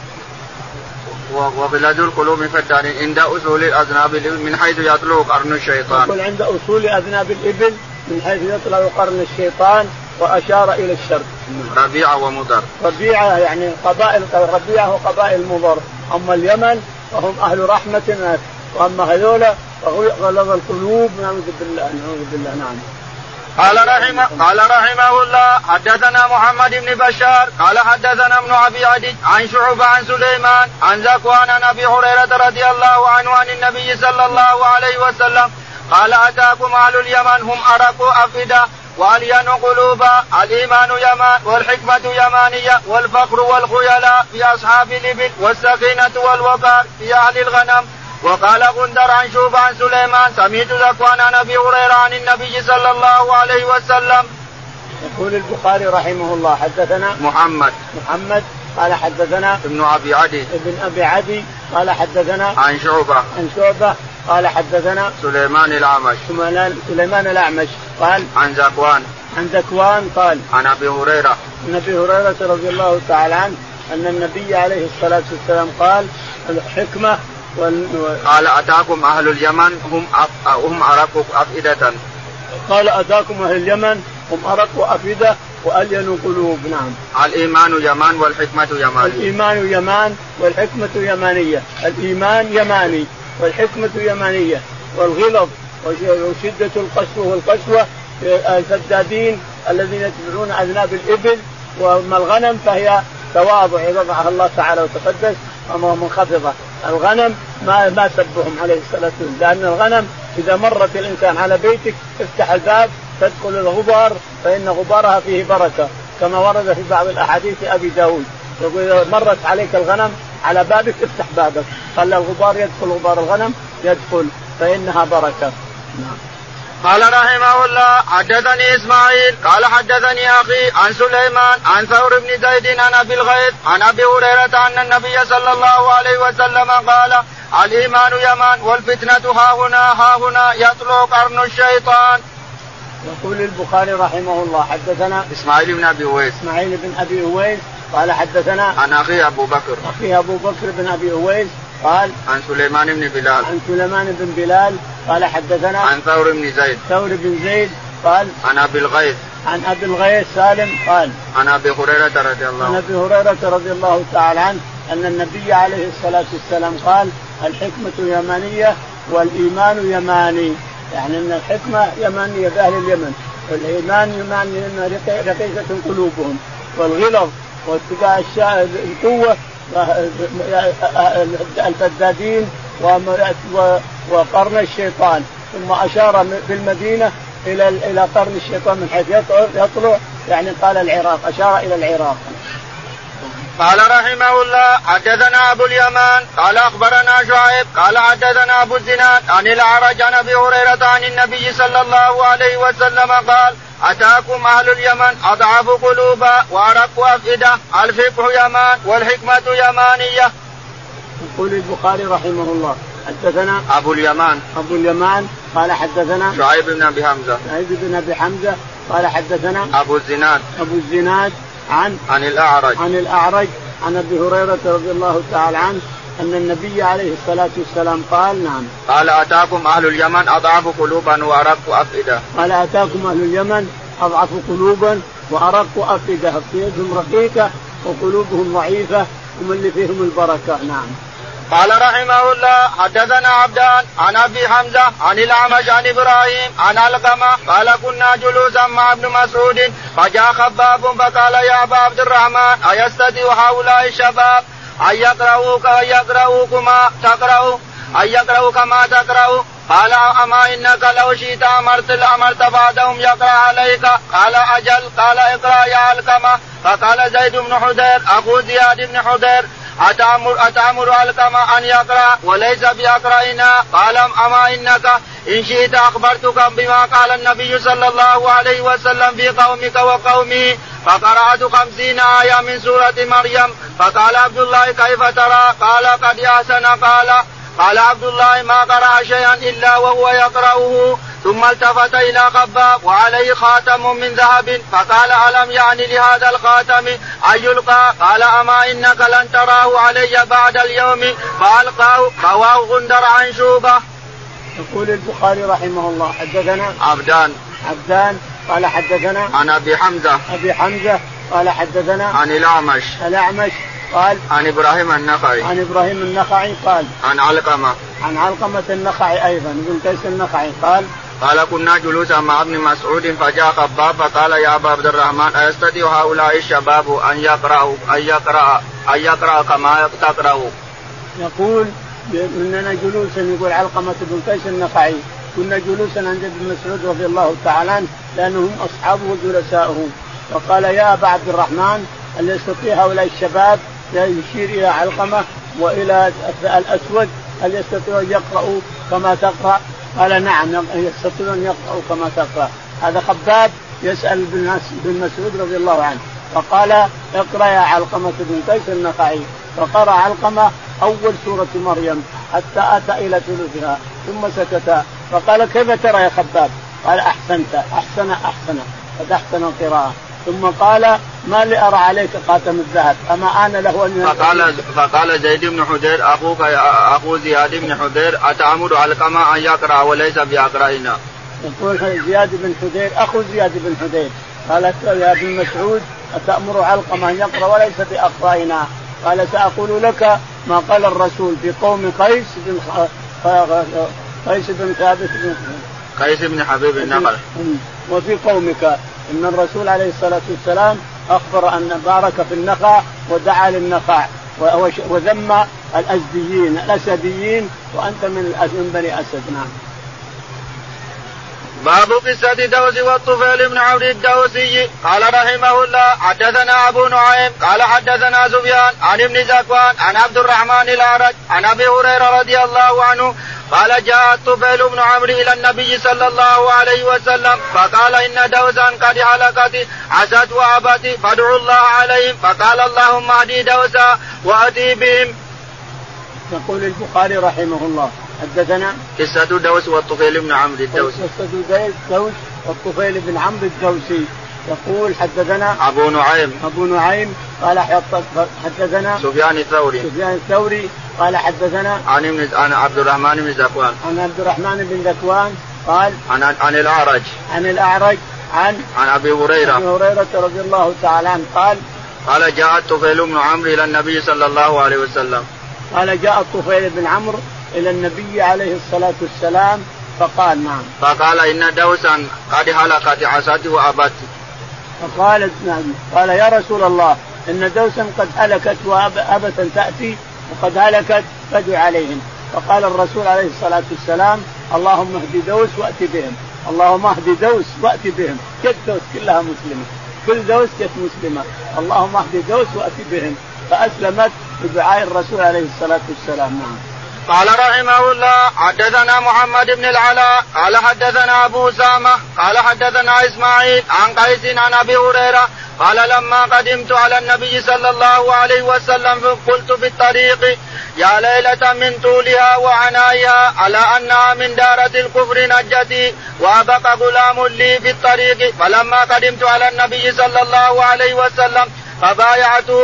وغلظ القلوب في الدارين عند أصول الأذناب من حيث يطلع قرن الشيطان. يقول عند أصول أذناب الإبل من حيث يطلع قرن الشيطان، وأشار إلى الشرق. ربيعة ومضر. ربيعة يعني قبائل، ربيعة وقبائل مضر، أما اليمن فهم أهل رحمة، وأما هذولا فغلظ القلوب. نعوذ بالله نعوذ بالله. نعم. قال رحمه قال رحمه الله حدثنا محمد بن بشار قال حدثنا ابن ابي عدي عن شعبة عن سليمان عن ذكوان عن ابي هريرة رضي الله عنه عن النبي صلى الله عليه وسلم قال اتاكم اهل اليمن هم ارق افئدة والين قلوبا الايمان يمان والحكمة يمانية والفقر والخيلاء في اصحاب الابل والسكينة والوقار في اهل الغنم. وقال غندر عن شعبة عن سليمان سمعت ذكوان عن ابي هريرة عن النبي صلى الله عليه وسلم. يقول البخاري رحمه الله حدثنا محمد محمد قال حدثنا ابن ابي عدي ابن ابي عدي قال حدثنا عن شعبة عن شعبة قال حدثنا سليمان الأعمش سليمان الأعمش قال عن ذكوان عن ذكوان قال عن ابي هريرة عن ابي هريرة رضي الله تعالى عنه ان النبي عليه الصلاة والسلام قال الحكمة وال... قال أتاكم أهل اليمن هم أف... هم أرق أفئدة. قال أتاكم أهل اليمن هم أرق أفئدة وألين قلوب. نعم. الإيمان يمان والحكمة يمانية. الإيمان يمان والحكمة يمانية. الإيمان يماني والحكمة يمانية والغلظ وشدة القسوة والقسوة الفدادين الذين يتبعون أذناب الإبل وأما الغنم فهي تواضع يضعها الله تعالى وتقدس أما منخفضة. الغنم ما ما سبهم عليه الصلاة والسلام لأن الغنم إذا مرت الإنسان على بيتك افتح الباب تدخل الغبار فإن غبارها فيه بركة كما ورد في بعض الأحاديث أبي داود يقول إذا مرت عليك الغنم على بابك افتح بابك خلى الغبار يدخل غبار الغنم يدخل فإنها بركة. نعم. قال رحمه الله حدثني إسماعيل قال حدثني أخي عن سليمان عن ثور بن زيد عن أبي الغيث عن أبي هريرة أن النبي صلى الله عليه وسلم قال الإيمان يمان والفتنة ها هنا ها هنا يطلع قرن الشيطان. يقول البخاري رحمه الله حدثنا إسماعيل بن أبي أويس إسماعيل بن أبي أويس قال حدثنا عن أخي أبو بكر أخي أبو بكر بن أبي أويس قال عن سليمان بن بلال عن سليمان بن بلال قال حدثنا عن ثور بن زيد ثور بن زيد قال عن أبي الغيث عن أبي الغيث سالم قال عن أبي هريرة رضي الله عن أبي هريرة رضي الله تعالى عنه أن النبي عليه الصلاة والسلام قال الحكمة يمانية والإيمان يماني يعني أن الحكمة يمانية بأهل اليمن والإيمان يماني لأن رقيقة قلوبهم والغلظ واتباع القوة الفدادين وقرن الشيطان. ثم أشار بالمدينة إلى إلى قرن الشيطان من حيث يطلع يعني قال العراق أشار إلى العراق. قال رحمه الله حدثنا أبو اليمان قال أخبرنا شعيب قال حدثنا أبو الزناد عن الأعرج عن أبي هريرة عن النبي صلى الله عليه وسلم قال أتاكم أهل اليمن أضعف قلوبا وأرق أفئدة الفقه يمان والحكمة يمانية. يقول البخاري رحمه الله حدثنا أبو اليمان أبو اليمان قال حدثنا شعيب بن أبي حمزة شعيب بن أبي حمزة قال حدثنا أبو الزناد أبو الزناد عن عن الأعرج عن الأعرج عن أبي هريرة رضي الله تعالى عنه أن النبي عليه الصلاة والسلام قال نعم قال أتاكم أهل اليمن أضعف قلوبا وأرق أفئدة. قال أتاكم أهل اليمن أضعف قلوبا وأرق أفئدة أفئدتهم رقيقة وقلوبهم ضعيفة هم اللي فيهم البركة. نعم. قال رحمه الله حدثنا عبدان عن أبي حمزة عن الأعمش عن إبراهيم عن علقمة قال كنا جلوسا مع ابن مسعود فجاء خباب فقال يا أبا عبد الرحمن أيستطيع هؤلاء الشباب أن يقرأوك أن يقرأوكما تقرأوا أن يقرأوا كما تقرأوا قال أما إنك لو شئت أمرت أمرت بعدهم يقرأ عليك قال أجل قال اقرأ يا علقمة. فقال زيد بن حذير أخو زياد بن حذير أتأمر, أتأمر علقمة أن يقرأ وليس بأقرأنا قال أما إنك إن شئت أخبرتك بما قال النبي صلى الله عليه وسلم في قومك وقومه فقرأت خمسين آية من سورة مريم. فقال عبد الله كيف ترى قال قد أحسن قال قال عبد الله ما قرأ شيئا إلا وهو يقرأه. ثم التفت إلى خباب وعليه خاتم من ذهب فقال ألم يعني لهذا الخاتم أن يلقى قال أما إنك لن تراه علي بعد اليوم فألقاه. رواه غندر عن شعبة. يقول البخاري رحمه الله حدثنا عبدان عبدان قال حدثنا عن أبي حمزة أبي حمزة قال حدثنا عن الأعمش الأعمش قال عن إبراهيم النخعي عن إبراهيم النخعي قال عن علقمة عن علقمة النخعي أيضا ابن قيس النخعي قال قال كنا جلوسا مع ابن مسعود فجاء خباب فقال يا أبا عبد الرحمن أيستطيع هؤلاء الشباب أن يقرأوا أن يقرأ أن يقرأ كما تقرأوا؟ يقول إننا جلوسا، يقول علقمة بن قيس النخعي كنا جلوسا عند ابن مسعود رضي الله تعالى عنه لأنهم أصحابه وجلساؤه، فقال يا أبا عبد الرحمن هل يستطيع هؤلاء الشباب، يشير إلى علقمة وإلى الأسود، هل يستطيعون يقرأوا كما تقرأ؟ قال نعم يستطيعون يقرأوا كما تقرأ. هذا خباب يسأل بن مسعود رضي الله عنه، فقال اقرأ يا علقمة بن قيس النخعي، فقرأ علقمة أول سورة مريم حتى أتى إلى ثلثها ثم سكت، فقال كيف ترى يا خباب؟ قال أحسنت أحسن أحسن قد أحسن القراءة، ثم قال ما لي أرى عليك خاتم الذهب أما أنا له أن فقال, فقال زيد بن حذير أخوك أخو زياد بن حذير أتأمر علقمة أن يقرأ وليس بأقرأنا؟ يقول زياد بن حذير أخو زياد بن حذير قالت يا ابن مسعود أتأمر علقمة أن يقرأ وليس بأقرأنا؟ قال سأقول لك ما قال الرسول في قوم قيس بن قيس بن ثابت بن قيس بن حبيب النخعي، وفي قومك إن الرسول عليه الصلاة والسلام أخبر أن بارك في النخع ودعا للنخع وذم الأزديين الأسديين وأنت من بني أسد. نعم. باب قصة دوس والطفيل بن عمرو الدوسي. قال رحمه الله حدثنا أبو نعيم قال حدثنا سفيان عن ابن زكوان عن عبد الرحمن الأعرج عن أبي هريرة رضي الله عنه قال جاء الطفيل بن عمرو إلى النبي صلى الله عليه وسلم فقال إن دوسا قد هلكت عست وأبت فادعوا الله عليهم، فقال اللهم اهدي دوسا وأتي بهم. يقول البخاري رحمه الله حدثنا قصة دوس والطفيل بن عمرو الدوسي. قصة دوس والطفيل بن عمرو الدوسي. يقول حدثنا أبو نعيم أبو نعيم قال حدثنا سفيان الثوري سفيان الثوري قال حدثنا عن عن عبد الرحمن بن زكوان عن عبد الرحمن بن زكوان قال عن عن الأعرج عن الأعرج عن عن أبي هريرة أبي هريرة رضي الله تعالى عنه قال قال جاء الطفيل بن عمرو إلى النبي صلى الله عليه وسلم قال جاء الطفيل بن عمرو إلى النبي عليه الصلاة والسلام فقال نعم فقال إن دوسا قد هلكت عست وأبت. فقال نعم قال يا رسول الله إن دوسا قد هلكت وأبت تأتي وقد هلكت فادع عليهم. فقال الرسول عليه الصلاة والسلام اللهم اهد دوس وأتي بهم، اللهم اهد دوس وأتي بهم. كل دوس كلها مسلمة، كل دوس كانت مسلمة، اللهم اهد دوس وأتي بهم، فأسلمت بدعاء الرسول عليه الصلاة والسلام. نعم. قال رحمه الله حدثنا محمد بن العلاء قال حدثنا أبو أسامة قال حدثنا إسماعيل عن قيس عن أبي هريرة قال لما قدمت على النبي صلى الله عليه وسلم قلت في الطريق يا ليلة من طولها وعنائها على أنها من دارة الكفر نجتي وأبقى غلام لي في الطريق، فلما قدمت على النبي صلى الله عليه وسلم فبايعته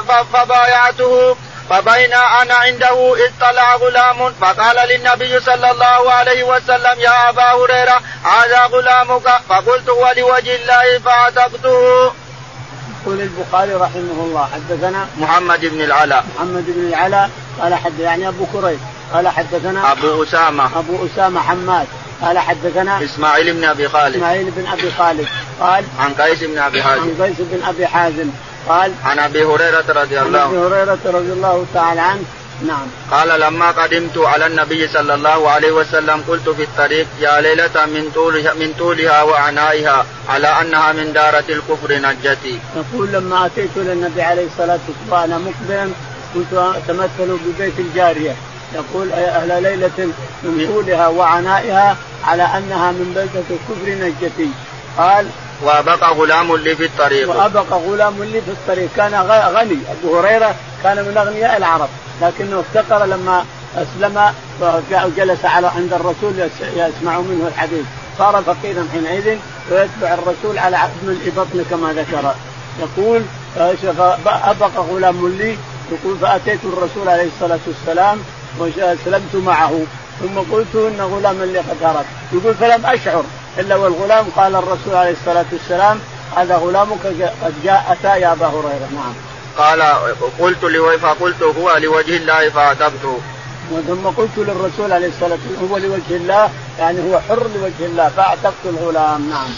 فبايعته فبين أنا عنده اطلع غلام فقال للنبي صلى الله عليه وسلم يا أبا هريرة هذا غلامك، فقلت ولوجه الله فعتقته. يقول البخاري رحمه الله حدثنا محمد بن العلاء محمد بن العلاء قال حد يعني أبو كريب قال حدثنا أبو أسامة أبو أسامة حماد قال حدثنا إسماعيل بن أبي خالد إسماعيل بن أبي خالد قال عن قيس بن أبي حازم عن قيس بن أبي حازم قال عن أبي هريرة رضي الله عن أبي هريرة رضي الله تعالى عنه. نعم. قال لما قدمت على النبي صلى الله عليه وسلم قلت في الطريق يا ليلة من طولها, من طولها وعنائها على أنها من دارة الكفر نجتي. يقول لما أتيت للنبي عليه الصلاة والسلام أنا مقبلا كنت أتمثل ببيت الجارية، يقول أهل ليلة من طولها وعنائها على أنها من بيت الكفر نجتي. قال وأبقى غلام لي في الطريق وأبقى غلام لي في الطريق. كان غني أبو هريرة، كان من أغنياء العرب، لكنه افتقر لما أسلم وجلس على عند الرسول يسمع منه الحديث، صار فقيرا حينئذ ويتبع الرسول على عظم الإبطن كما ذكر. يقول أبقى غلام لي، يقول فأتيت الرسول عليه الصلاة والسلام وسلمت معه ثم قلت إن غلاما لي قد هرب. يقول فلم أشعر إلا والغلام قال الرسول عليه الصلاة والسلام هذا غلامك قد جاء أتى يا أبا هريرة. نعم. قال قلت لوجه فقلت هو لوجه الله فأتبته. ثم قلت للرسول عليه الصلاة والسلام هو لوجه الله يعني هو حر لوجه الله فاعتقت الغلام. نعم.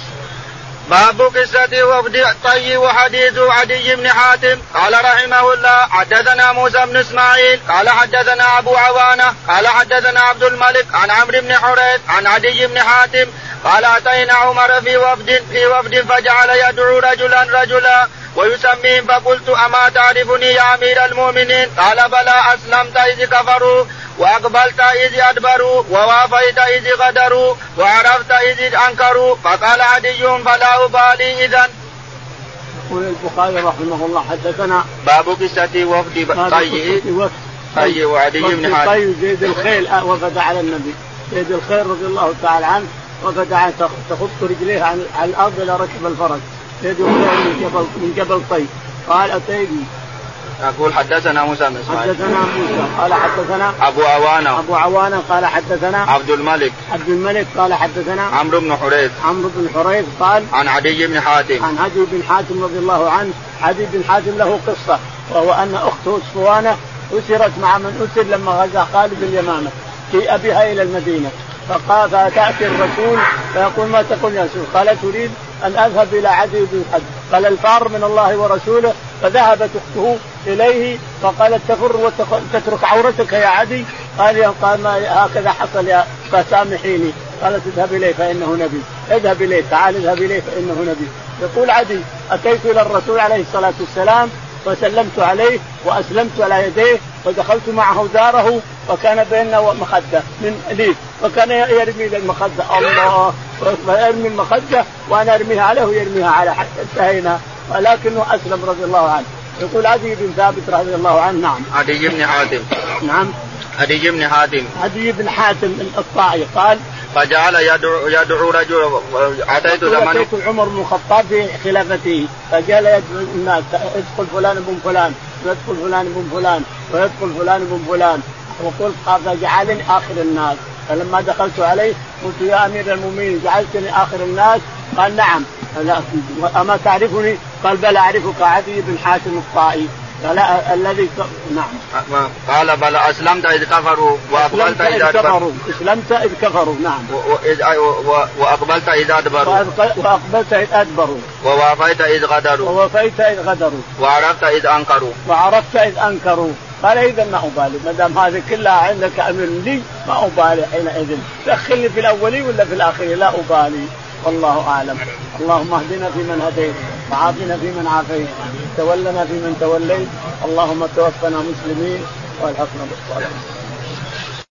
باب قصة وفد طي وحديث عدي بن حاتم. قال رحمه الله حدثنا موسى بن اسماعيل قال حدثنا ابو عوانة قال حدثنا عبد الملك عن عمرو بن حريث عن عدي بن حاتم قال اتينا عمر في وفد في وفد فجعل يدعو رجلا رجلا ويسميهم فقلت اما تعرفني يا امير المؤمنين؟ قال بلى اسلمت اذ كفروا وأقبلت إذ أدبروا ووافيت إذ غدروا وعرفت إذ أنكروا. فقال عدي فلا أبالي إذن. يقول البخاري رحمه الله حدثنا باب قصة وفد طي طي وعدي بن حاتم. طي زيد الخيل وفد على النبي زيد الخيل رضي الله تعالى عنه وفد عن تخط رجليه عن الأرض إلى ركب الفرس. زيد الخيل من جبل من جبل طي. قال أتيني أقول حدثنا موسى بن إسماعيل حدثنا موسى قال حدثنا أبو عوانة أبو عوانة قال حدثنا عبد الملك عبد الملك قال حدثنا عمرو بن حريث عمرو بن حريث قال عن عدي بن حاتم عن عدي بن حاتم رضي الله عنه. عدي بن حاتم له قصة وهو أن أخته صفوانة أسرت مع من أسر لما غزا خالد اليمامة في أبيها إلى المدينة. فقال فتأتي الرسول فيقول ما تقول يا رسول؟ قال تريد أن أذهب إلى عدي بن حاتم. قال الفار من الله ورسوله. فذهبت أخته إليه فقالت تفر وتترك عورتك يا عدي؟ قال يا قال ما هكذا حصل يا فسامحيني. قالت اذهب إليه فإنه نبي. اذهب إليه تعال اذهب إليه فإنه نبي. يقول عدي أتيت إلى الرسول عليه الصلاة والسلام وسلمت عليه وأسلمت على يديه ودخلت معه داره وكان بيننا مخدة من ليف وكان يرمي المخدة الله ويرمي المخدة وأنا أرميها عليه ويرميها على حتى انتهينا ولكنه أسلم رضي الله عنه. يقول عدي بن ثابت رضي الله عنه. نعم. عدي بن حاتم. نعم. عدي بن حاتم. عدي بن حاتم الطائي قال فجعل يدعو يدعو رجل أتيت زمان أتيت عمر بن الخطاب في خلافته فجعل يدعو الناس ادخل فلان بن فلان ويدخل فلان بن فلان ويدخل فلان بن فلان وقلت فجعلني آخر الناس. فلما دخلت عليه قلت يا أمير المؤمنين جعلتني آخر الناس؟ قال نعم. أما تعرفني؟ قال بلى أعرفك عدي بن حاتم الطائي. قال الذي نعم. قال بلى أسلمت إذ كفروا وأقبلت إذ أدبروا. أسلمت إذ كفروا. نعم. وأقبلت إذ أدبروا. وأقبلت إذ أدبروا. ووافيت إذ غدروا. ووافيت إذ غدروا. وعرفت إذ أنكروا. وعرفت إذ أنكروا. قال إذا ما أبالي ما دام هذه كلها عندك أمر لي ما أبالي حينئذ دخلني في الأولي ولا في الآخرين لا أبالي. والله أعلم. اللهم اهدنا فيمن هديت وعافنا فيمن عافيت تولنا فيمن توليت. اللهم توفنا مسلمين والحقنا بالصالحين.